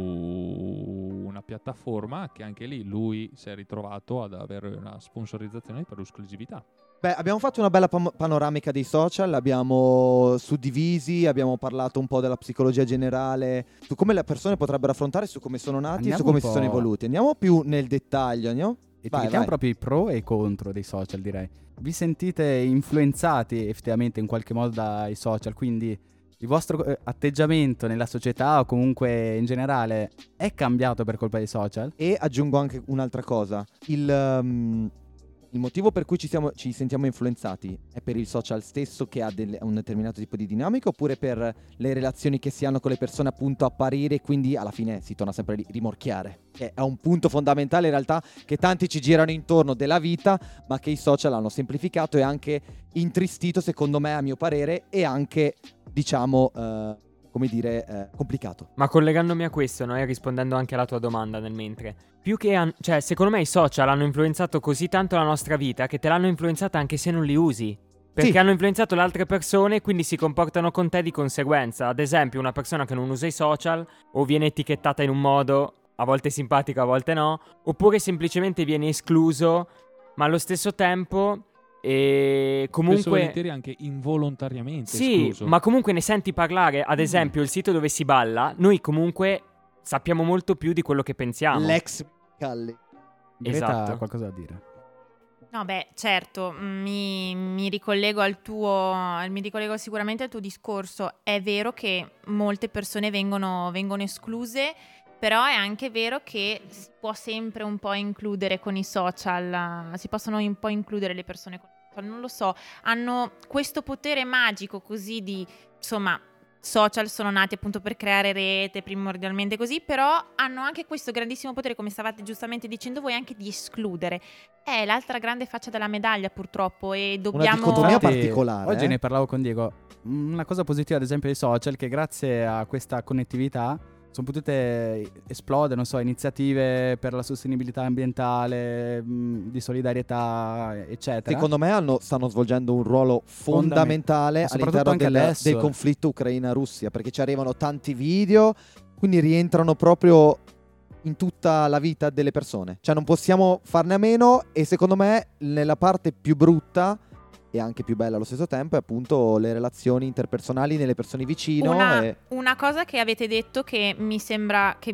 una piattaforma che anche lì lui si è ritrovato ad avere una sponsorizzazione per l'esclusività. Beh, abbiamo fatto una bella panoramica dei social, abbiamo suddivisi, abbiamo parlato un po' della psicologia generale, su come le persone potrebbero affrontare, su come sono nati e Andiamo su come un si sono po'. evoluti. Andiamo più nel dettaglio, andiamo? Etichetiamo proprio i pro e i contro dei social, direi. Vi sentite influenzati effettivamente in qualche modo dai social, quindi il vostro atteggiamento nella società o comunque in generale è cambiato per colpa dei social? E aggiungo anche un'altra cosa, il motivo per cui ci sentiamo influenzati è per il social stesso che ha un determinato tipo di dinamica, oppure per le relazioni che si hanno con le persone, appunto apparire, e quindi alla fine si torna sempre lì, rimorchiare. Che è un punto fondamentale in realtà, che tanti ci girano intorno della vita, ma che i social hanno semplificato e anche intristito, secondo me, a mio parere, e anche, diciamo, complicato. Ma collegandomi a questo, no, e rispondendo anche alla tua domanda nel mentre, più che cioè, secondo me i social hanno influenzato così tanto la nostra vita che te l'hanno influenzata anche se non li usi. Perché Sì. hanno influenzato le altre persone e quindi si comportano con te di conseguenza. Ad esempio, una persona che non usa i social o viene etichettata in un modo, a volte simpatico, a volte no, oppure semplicemente viene escluso, ma allo stesso tempo Spesso comunque volentieri anche involontariamente sì, escluso. ma comunque ne senti parlare. Ad esempio, il sito dove si balla, noi comunque sappiamo molto più di quello che pensiamo. L'ex Calli. Greta Esatto. ha qualcosa da dire? No, beh, certo, mi ricollego mi ricollego sicuramente al tuo discorso. È vero che molte persone vengono escluse, però è anche vero che si può sempre un po' includere con i social, si possono un po' includere le persone con i social, non lo so, hanno questo potere magico così di, insomma, social sono nati appunto per creare rete primordialmente così, però hanno anche questo grandissimo potere, come stavate giustamente dicendo voi, anche di escludere. È l'altra grande faccia della medaglia, purtroppo, e dobbiamo... dicotomia Infatti, particolare, Oggi eh? ne parlavo con Diego. Una cosa positiva, ad esempio, dei social, che grazie a questa connettività sono potute esplodere, non so, iniziative per la sostenibilità ambientale, di solidarietà, eccetera. Secondo me stanno svolgendo un ruolo fondamentale Ma soprattutto all'interno anche adesso. del conflitto Ucraina-Russia, perché ci arrivano tanti video, quindi rientrano proprio in tutta la vita delle persone. Cioè non possiamo farne a meno, e secondo me nella parte più brutta e anche più bella allo stesso tempo è appunto le relazioni interpersonali nelle persone vicino. Una cosa che avete detto che mi sembra che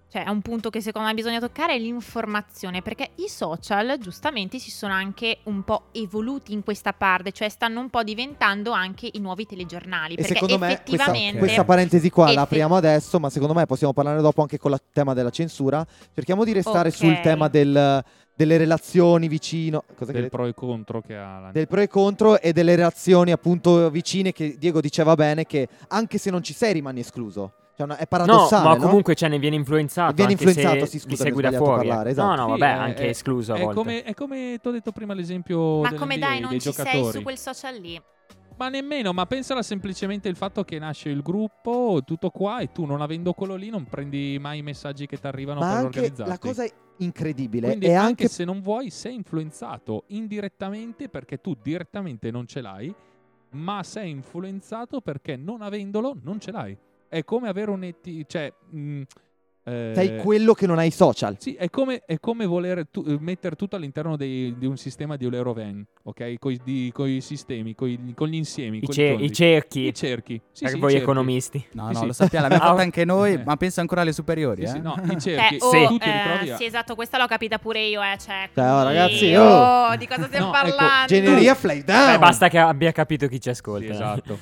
cioè è un punto che secondo me bisogna toccare, è l'informazione, perché i social giustamente si sono anche un po' evoluti in questa parte, cioè stanno un po' diventando anche i nuovi telegiornali, E perché secondo me effettivamente questa parentesi qua la apriamo adesso, ma secondo me possiamo parlarne dopo anche con il tema della censura. Cerchiamo di restare sul tema delle relazioni vicino, cosa che Del hai detto? pro e contro che ha Del pro e contro e delle relazioni appunto vicine, che Diego diceva bene che anche se non ci sei rimani escluso. Cioè, è paradossale, no, ma no? comunque ne viene influenzato. Viene anche influenzato, se sì, li scusa, segui mi ho da sbagliato a fuori. parlare, esatto. No, vabbè, anche escluso a volte. È come ti ho detto prima l'esempio ma come dell'NBA, dai, non dei ci giocatori. sei su quel social lì? Ma nemmeno, ma pensala semplicemente il fatto che nasce il gruppo, tutto qua, e tu non avendo quello lì non prendi mai i messaggi che ti arrivano Ma per anche organizzarti. la cosa incredibile Quindi è anche anche se non vuoi sei influenzato indirettamente perché tu direttamente non ce l'hai, ma sei influenzato perché non avendolo non ce l'hai. È come avere sei quello che non hai social. Sì, è come voler mettere tutto all'interno di un sistema di Eurovent, ok? Con i sistemi, con gli insiemi, con I cerchi. I cerchi. Sì, Per sì, voi i cerchi. economisti. No, Sì, no, sì. lo sappiamo, l'abbiamo fatta anche noi, ma penso ancora alle superiori, Sì, sì, eh? no, i cerchi. Cioè, tu ti ritrovi a... sì, esatto, questa l'ho capita pure io, cioè, ragazzi, di cosa stiamo No, parlando? Generia fly down. Basta che abbia capito chi ci ascolta. Sì, esatto.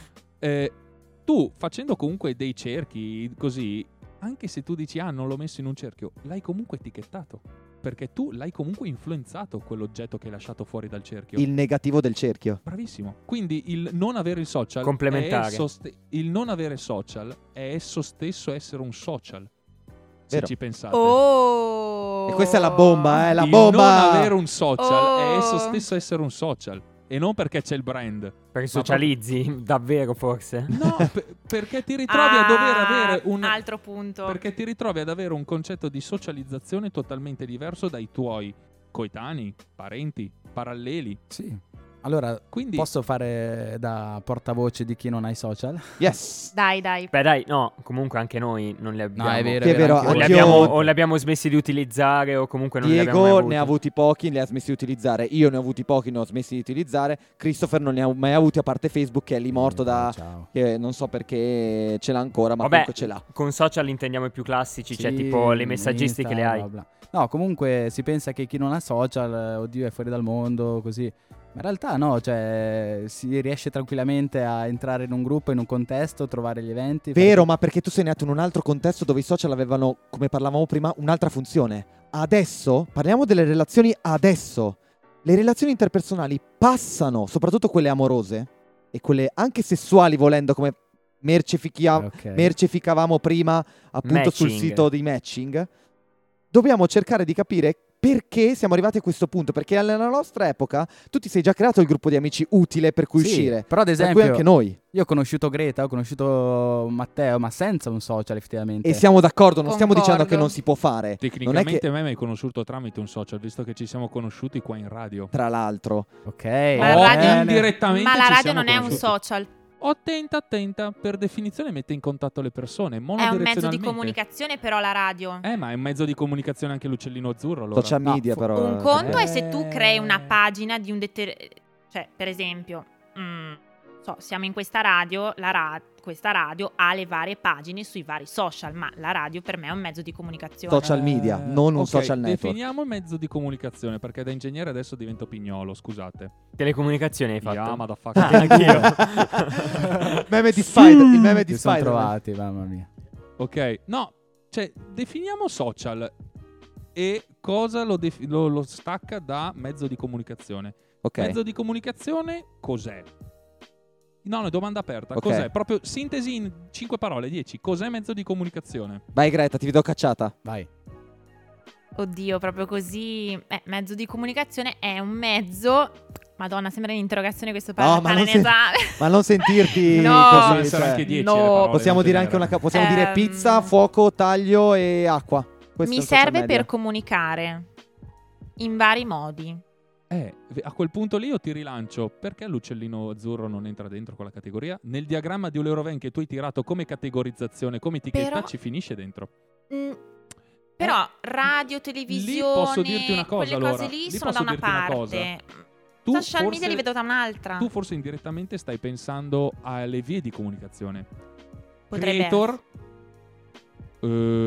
Tu facendo comunque dei cerchi così, anche se tu dici non l'ho messo in un cerchio, l'hai comunque etichettato, perché tu l'hai comunque influenzato quell'oggetto che hai lasciato fuori dal cerchio. Il negativo del cerchio. Bravissimo. Quindi il non avere il social Complementare. il non avere social è esso stesso essere un social. Se Vero. ci pensate. Oh! E questa è la bomba, la il bomba. non avere un social è esso Oh. stesso essere un social. E non perché c'è il brand. Perché socializzi, davvero forse? No, perché ti ritrovi a dover avere un altro punto. Perché ti ritrovi ad avere un concetto di socializzazione totalmente diverso dai tuoi coetanei, parenti, paralleli. Sì. Allora, Quindi posso fare da portavoce di chi non ha i social? Yes. Dai. Beh dai, no, comunque anche noi non li abbiamo. No, è vero, Che è vero, anche O li, noi. anch'io- abbiamo, o li abbiamo smessi di utilizzare o comunque non li abbiamo mai Diego avuti. ne ha avuti pochi, li ha smessi di utilizzare. Io ne ho avuti pochi, ne ho smessi di utilizzare. Christopher non ne ha mai avuti, a parte Facebook, che è lì morto da... Ciao. Che non so perché ce l'ha ancora, ma Vabbè, comunque ce l'ha. con social intendiamo i più classici, cioè Sì, tipo le messaggistiche Insta, le hai. bla bla. No, comunque si pensa che chi non ha social, oddio, è fuori dal mondo, così. Ma in realtà no, cioè si riesce tranquillamente a entrare in un gruppo, in un contesto, trovare gli eventi. Vero, ma perché tu sei nato in un altro contesto dove i social avevano, come parlavamo prima, un'altra funzione. Adesso, parliamo delle relazioni adesso. Le relazioni interpersonali passano, soprattutto quelle amorose e quelle anche sessuali, volendo, come mercificavamo prima appunto sul Matching. sito di matching. Dobbiamo cercare di capire perché siamo arrivati a questo punto, perché nella nostra epoca tu ti sei già creato il gruppo di amici utile per cui Sì, uscire, però ad tra esempio cui anche noi. io ho conosciuto Greta, ho conosciuto Matteo, ma senza un social effettivamente. E siamo d'accordo, non stiamo Concordo. dicendo che non si può fare. Non è tecnicamente che, me mi hai conosciuto tramite un social, visto che ci siamo conosciuti qua in radio. tra l'altro, Ok. Ma la Oh, radio- indirettamente Ma la ci radio siamo non è un conosciuti. social, Attenta, per definizione mette in contatto le persone, è un mezzo di monodirezionalmente. comunicazione, però la radio. Ma è un mezzo di comunicazione anche l'uccellino azzurro, allora. social No, media però. Un conto è se Eh. tu crei una pagina di un cioè, per esempio, siamo in questa radio, questa radio ha le varie pagine sui vari social, ma la radio per me è un mezzo di comunicazione. Social media, non un ok, social network. definiamo il mezzo di comunicazione, perché da ingegnere adesso divento pignolo, scusate. Telecomunicazioni hai fatto? Yeah, motherfucker. Anch'io. Meme di Spider, il meme di Ci sono Spider. trovati, mamma mia. Ok, no, cioè definiamo social e cosa lo stacca da mezzo di comunicazione. Ok. Mezzo di comunicazione cos'è? No, domanda aperta. Ok. Cos'è? Proprio sintesi in 5 parole, 10. Cos'è mezzo di comunicazione? Vai Greta, ti vedo cacciata. Vai. Oddio, proprio così. Mezzo di comunicazione è un mezzo. Madonna, sembra un'interrogazione questo No, parla ma non si- esame. Ma non sentirti No. Possono così, essere cioè, anche 10 no. le parole, possiamo in dire anche genere. possiamo dire pizza, fuoco, taglio e acqua. Questo è Mi il social serve media. per comunicare in vari modi. A quel punto lì io ti rilancio. Perché l'uccellino azzurro non entra dentro quella categoria? Nel diagramma di Eurovent che tu hai tirato come categorizzazione, come etichetta, Però- ci finisce dentro. Però radio, televisione, Lì posso dirti una cosa, quelle allora. cose lì Lì sono da posso una dirti una cosa. parte. Tu Social media forse- li vedo da un'altra. Tu forse indirettamente stai pensando alle vie di comunicazione. Potrebbe Creator,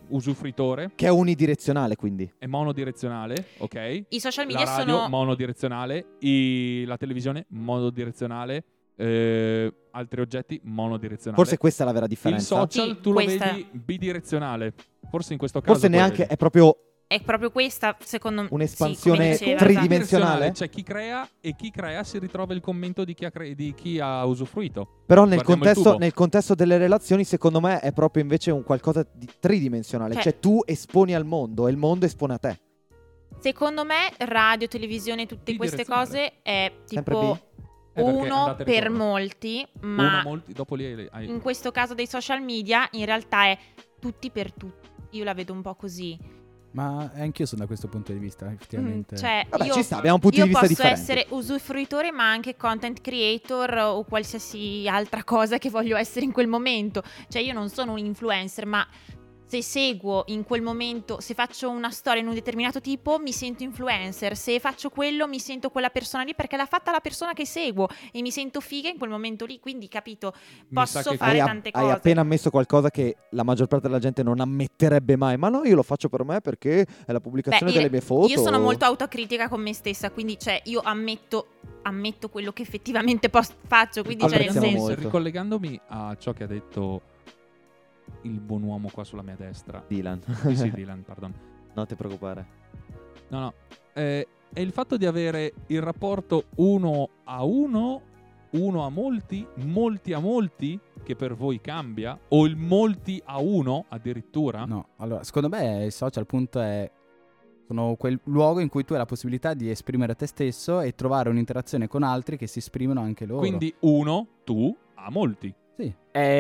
usufruitore. Che è unidirezionale, quindi. È monodirezionale, ok? I social media la radio sono monodirezionale, la televisione monodirezionale, altri oggetti monodirezionali. Forse questa è la vera il differenza. social Sì, tu questa- lo vedi bidirezionale. Forse in questo caso Forse tu lo neanche vedi. è proprio è proprio questa, secondo me. un'espansione sì, come diceva, tridimensionale. C'è chi crea e chi crea si ritrova il commento di chi ha usufruito. Però nel Guardiamo il tubo. contesto delle relazioni, secondo me, è proprio invece un qualcosa di tridimensionale. Cioè- Cioè tu esponi al mondo e il mondo espone a te. Secondo me, radio, televisione, tutte queste Bidirezionale. cose è Sempre tipo B? Perché uno andate e per ritorno. molti, Uno ma molti, dopo lì hai in questo caso dei social media in realtà è tutti per tutti. Io la vedo un po' così. Ma anch'io sono da questo punto di vista, effettivamente. Cioè, Vabbè, io, ci sta, abbiamo punti di vista posso differenti. essere usufruitore, ma anche content creator o qualsiasi altra cosa che voglio essere in quel momento. Cioè, io non sono un influencer, ma se seguo in quel momento, se faccio una storia in un determinato tipo, mi sento influencer. Se faccio quello, mi sento quella persona lì perché l'ha fatta la persona che seguo e mi sento figa in quel momento lì. Quindi, capito, Mi sa posso che fare Hai, tante hai cose. appena ammesso qualcosa che la maggior parte della gente non ammetterebbe mai. Ma no, io lo faccio per me perché è la pubblicazione Beh, delle mie foto. Io sono molto autocritica con me stessa, quindi cioè io ammetto quello che effettivamente faccio, quindi cioè nel Apprezziamo senso molto. Ricollegandomi a ciò che ha detto il buon uomo qua sulla mia destra. Dylan. Sì, Dylan, pardon. Non ti preoccupare. No. È il fatto di avere il rapporto 1 a 1, 1 a molti a molti, che per voi cambia, o il molti a 1 addirittura. No, allora, secondo me il social, appunto, sono quel luogo in cui tu hai la possibilità di esprimere te stesso e trovare un'interazione con altri che si esprimono anche loro. Quindi 1, tu, a molti. Sì.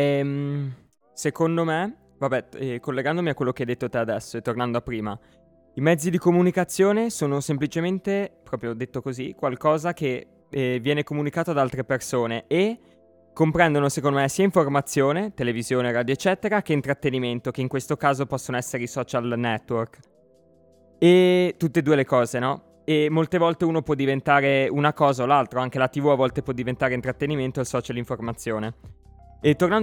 Secondo me, vabbè, collegandomi a quello che hai detto te adesso e tornando a prima, i mezzi di comunicazione sono semplicemente, proprio detto così, qualcosa che viene comunicato ad altre persone e comprendono, secondo me, sia informazione, televisione, radio, eccetera, che intrattenimento, che in questo caso possono essere i social network. E tutte e due le cose, no? E molte volte uno può diventare una cosa o l'altro, anche la TV a volte può diventare intrattenimento e il social informazione. E tornando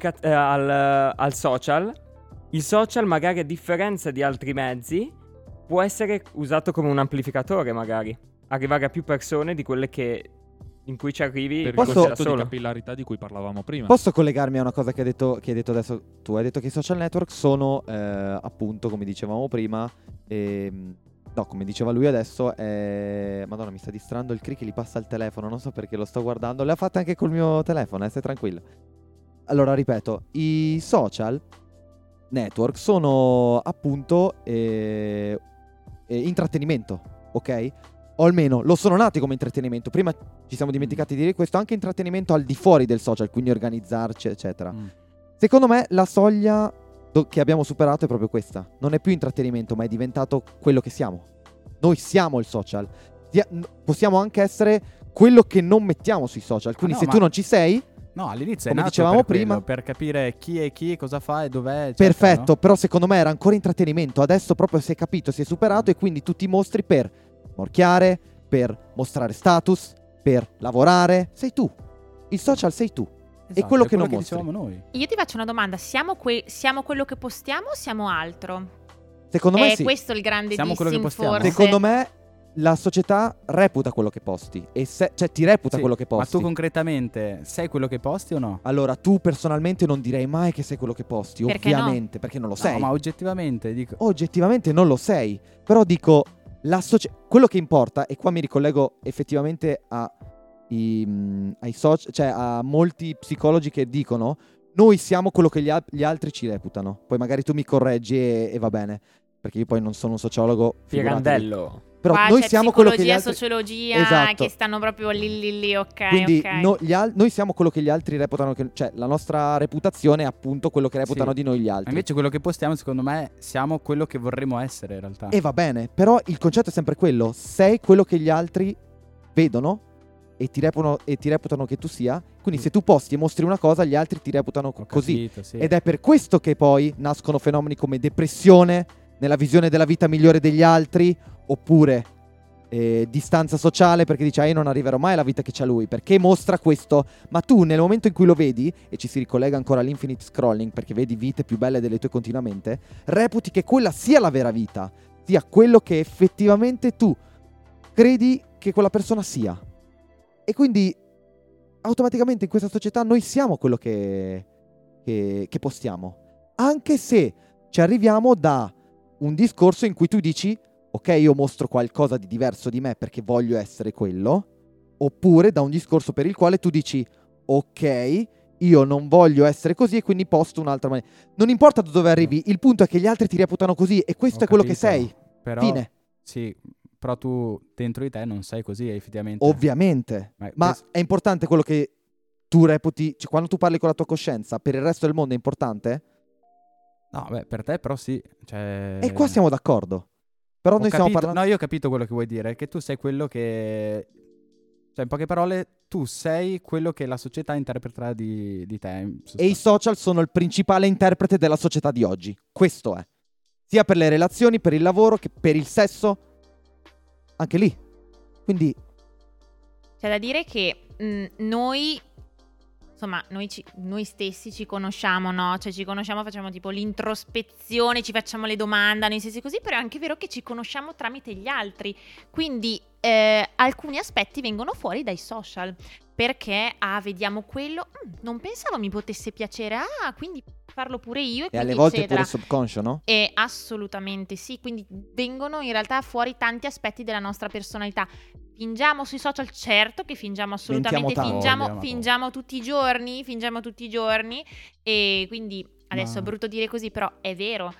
al social, il social magari a differenza di altri mezzi può essere usato come un amplificatore, magari arrivare a più persone di quelle in cui ci arrivi Per il Posso- concetto di solo. capillarità di cui parlavamo prima. Posso collegarmi a una cosa che hai detto adesso tu? Hai detto che i social network sono appunto, come dicevamo prima, no, come diceva lui adesso, Madonna, mi sta distrando il Crick, gli passa il telefono, non so perché lo sto guardando. L'ha fatta anche col mio telefono, stai tranquilla. Allora, ripeto, i social network sono appunto intrattenimento, ok? O almeno lo sono nati come intrattenimento. Prima ci siamo dimenticati di dire questo, anche intrattenimento al di fuori del social, quindi organizzarci, eccetera. Secondo me la soglia che abbiamo superato è proprio questa. Non è più intrattenimento, ma è diventato quello che siamo. Noi siamo il social. Possiamo anche essere quello che non mettiamo sui social. Quindi no, se ma- tu non ci sei, No, all'inizio come è nato dicevamo per prima- quello, per capire chi è chi, cosa fa e dov'è, eccetera, perfetto. no? Però secondo me era ancora intrattenimento. Adesso proprio si è capito, si è superato, e quindi tu ti mostri per morchiare, per mostrare status, per lavorare. Sei tu. Il social sei tu. Esatto, quello è che non mostri. dicevamo noi. io ti faccio una domanda, siamo quello che postiamo o siamo altro? Secondo me È sì. questo il grande Siamo quello che dissing postiamo. forse. Secondo me la società reputa quello che posti. Cioè ti reputa Sì, quello che Ma posti. tu concretamente sei quello che posti o no? Allora, tu personalmente non direi mai che sei quello che posti, Perché no? ovviamente, perché non lo sei. No, ma oggettivamente dico... Oggettivamente non lo sei. Però dico, quello che importa, e qua mi ricollego effettivamente ai cioè a molti psicologi che dicono: noi siamo quello che gli altri ci reputano. Poi magari tu mi correggi e va bene, perché io poi non sono un sociologo. figuratevi. Pirandello. Però Qua noi c'è siamo quello che gli psicologia, altri... sociologia, Esatto. che stanno proprio lì, ok, Quindi ok. noi siamo quello che gli altri reputano, cioè la nostra reputazione è appunto quello che reputano Sì. di noi gli Ma altri. invece quello che postiamo, secondo me, siamo quello che vorremmo essere in realtà. E va bene, però il concetto è sempre quello: sei quello che gli altri vedono e ti reputano che tu sia. Quindi se tu posti e mostri una cosa, gli altri ti reputano Ho così. capito, sì. Ed è per questo che poi nascono fenomeni come depressione nella visione della vita migliore degli altri, oppure distanza sociale perché dice io non arriverò mai alla vita che c'ha lui, perché mostra questo, ma tu nel momento in cui lo vedi, e ci si ricollega ancora all'infinite scrolling perché vedi vite più belle delle tue continuamente, reputi che quella sia la vera vita, sia quello che effettivamente tu credi che quella persona sia, e quindi automaticamente in questa società noi siamo quello che postiamo, anche se ci arriviamo da un discorso in cui tu dici ok, io mostro qualcosa di diverso di me perché voglio essere quello, oppure da un discorso per il quale tu dici ok, io non voglio essere così e quindi posto un'altra maniera. Non importa da dove arrivi, il punto è che gli altri ti reputano così e questo è quello che sei. Però, fine. Sì, però tu dentro di te non sei così effettivamente. Ovviamente. Ma è importante quello che tu reputi, cioè quando tu parli con la tua coscienza, per il resto del mondo è importante? No, beh, per te però sì. Cioè... E qua siamo d'accordo. Però noi stiamo parlando... No, io ho capito quello che vuoi dire, che tu sei quello che... Cioè, in poche parole, tu sei quello che la società interpreterà di te. E i social sono il principale interprete della società di oggi. Questo è. Sia per le relazioni, per il lavoro, che per il sesso. Anche lì. Quindi... C'è da dire che noi... Insomma, noi stessi ci conosciamo, no? Cioè ci conosciamo, facciamo tipo l'introspezione, ci facciamo le domande, noi stessi così, però è anche vero che ci conosciamo tramite gli altri. Quindi alcuni aspetti vengono fuori dai social, perché vediamo quello, non pensavo mi potesse piacere, quindi farlo pure io. E alle volte pure subconscio, no? E assolutamente sì, quindi vengono in realtà fuori tanti aspetti della nostra personalità. Fingiamo sui social, certo che fingiamo assolutamente, fingiamo tutti i giorni, e quindi adesso è brutto dire così, però è vero,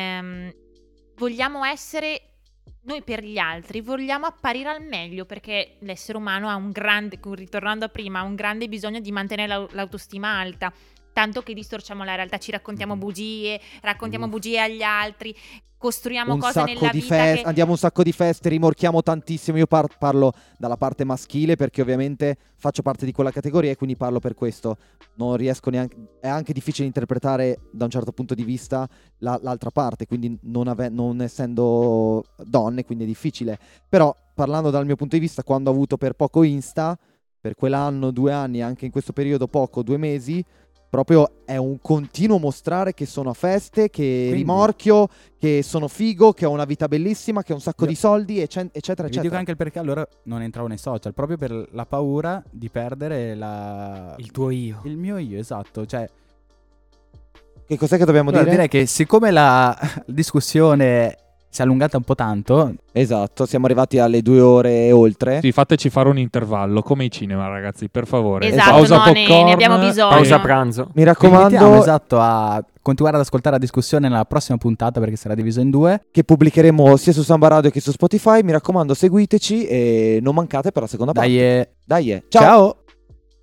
vogliamo essere noi per gli altri, vogliamo apparire al meglio, perché l'essere umano ha un grande, ritornando a prima, ha un grande bisogno di mantenere l'autostima alta, tanto che distorciamo la realtà, ci raccontiamo bugie, agli altri, costruiamo cose nella vita che... Andiamo un sacco di feste, rimorchiamo tantissimo. Io parlo dalla parte maschile perché ovviamente faccio parte di quella categoria e quindi parlo per questo. Non riesco neanche, è anche difficile interpretare da un certo punto di vista l'altra parte, quindi non essendo donne, quindi è difficile. Però parlando dal mio punto di vista, quando ho avuto per poco Insta, per quell'anno, 2 anni, anche in questo periodo poco, 2 mesi, proprio è un continuo mostrare che sono a feste, che rimorchio, che sono figo, che ho una vita bellissima, che ho un sacco di soldi, eccetera, eccetera. Vi dico anche il perché allora non entravo nei social, proprio per la paura di perdere il tuo io. Il mio io, esatto. Cioè, che cos'è che dobbiamo dire? Direi che siccome la discussione si è allungata un po' tanto. Esatto, siamo arrivati alle 2 ore e oltre. Sì, fateci fare un intervallo, come i cinema, ragazzi, per favore. Esatto, pausa no, popcorn, ne abbiamo bisogno. Pausa pranzo. Mi raccomando, esatto, a continuare ad ascoltare la discussione nella prossima puntata, perché sarà diviso in 2. Che pubblicheremo sia su Samba Radio che su Spotify. Mi raccomando, seguiteci e non mancate per la seconda parte. Dai. Ciao.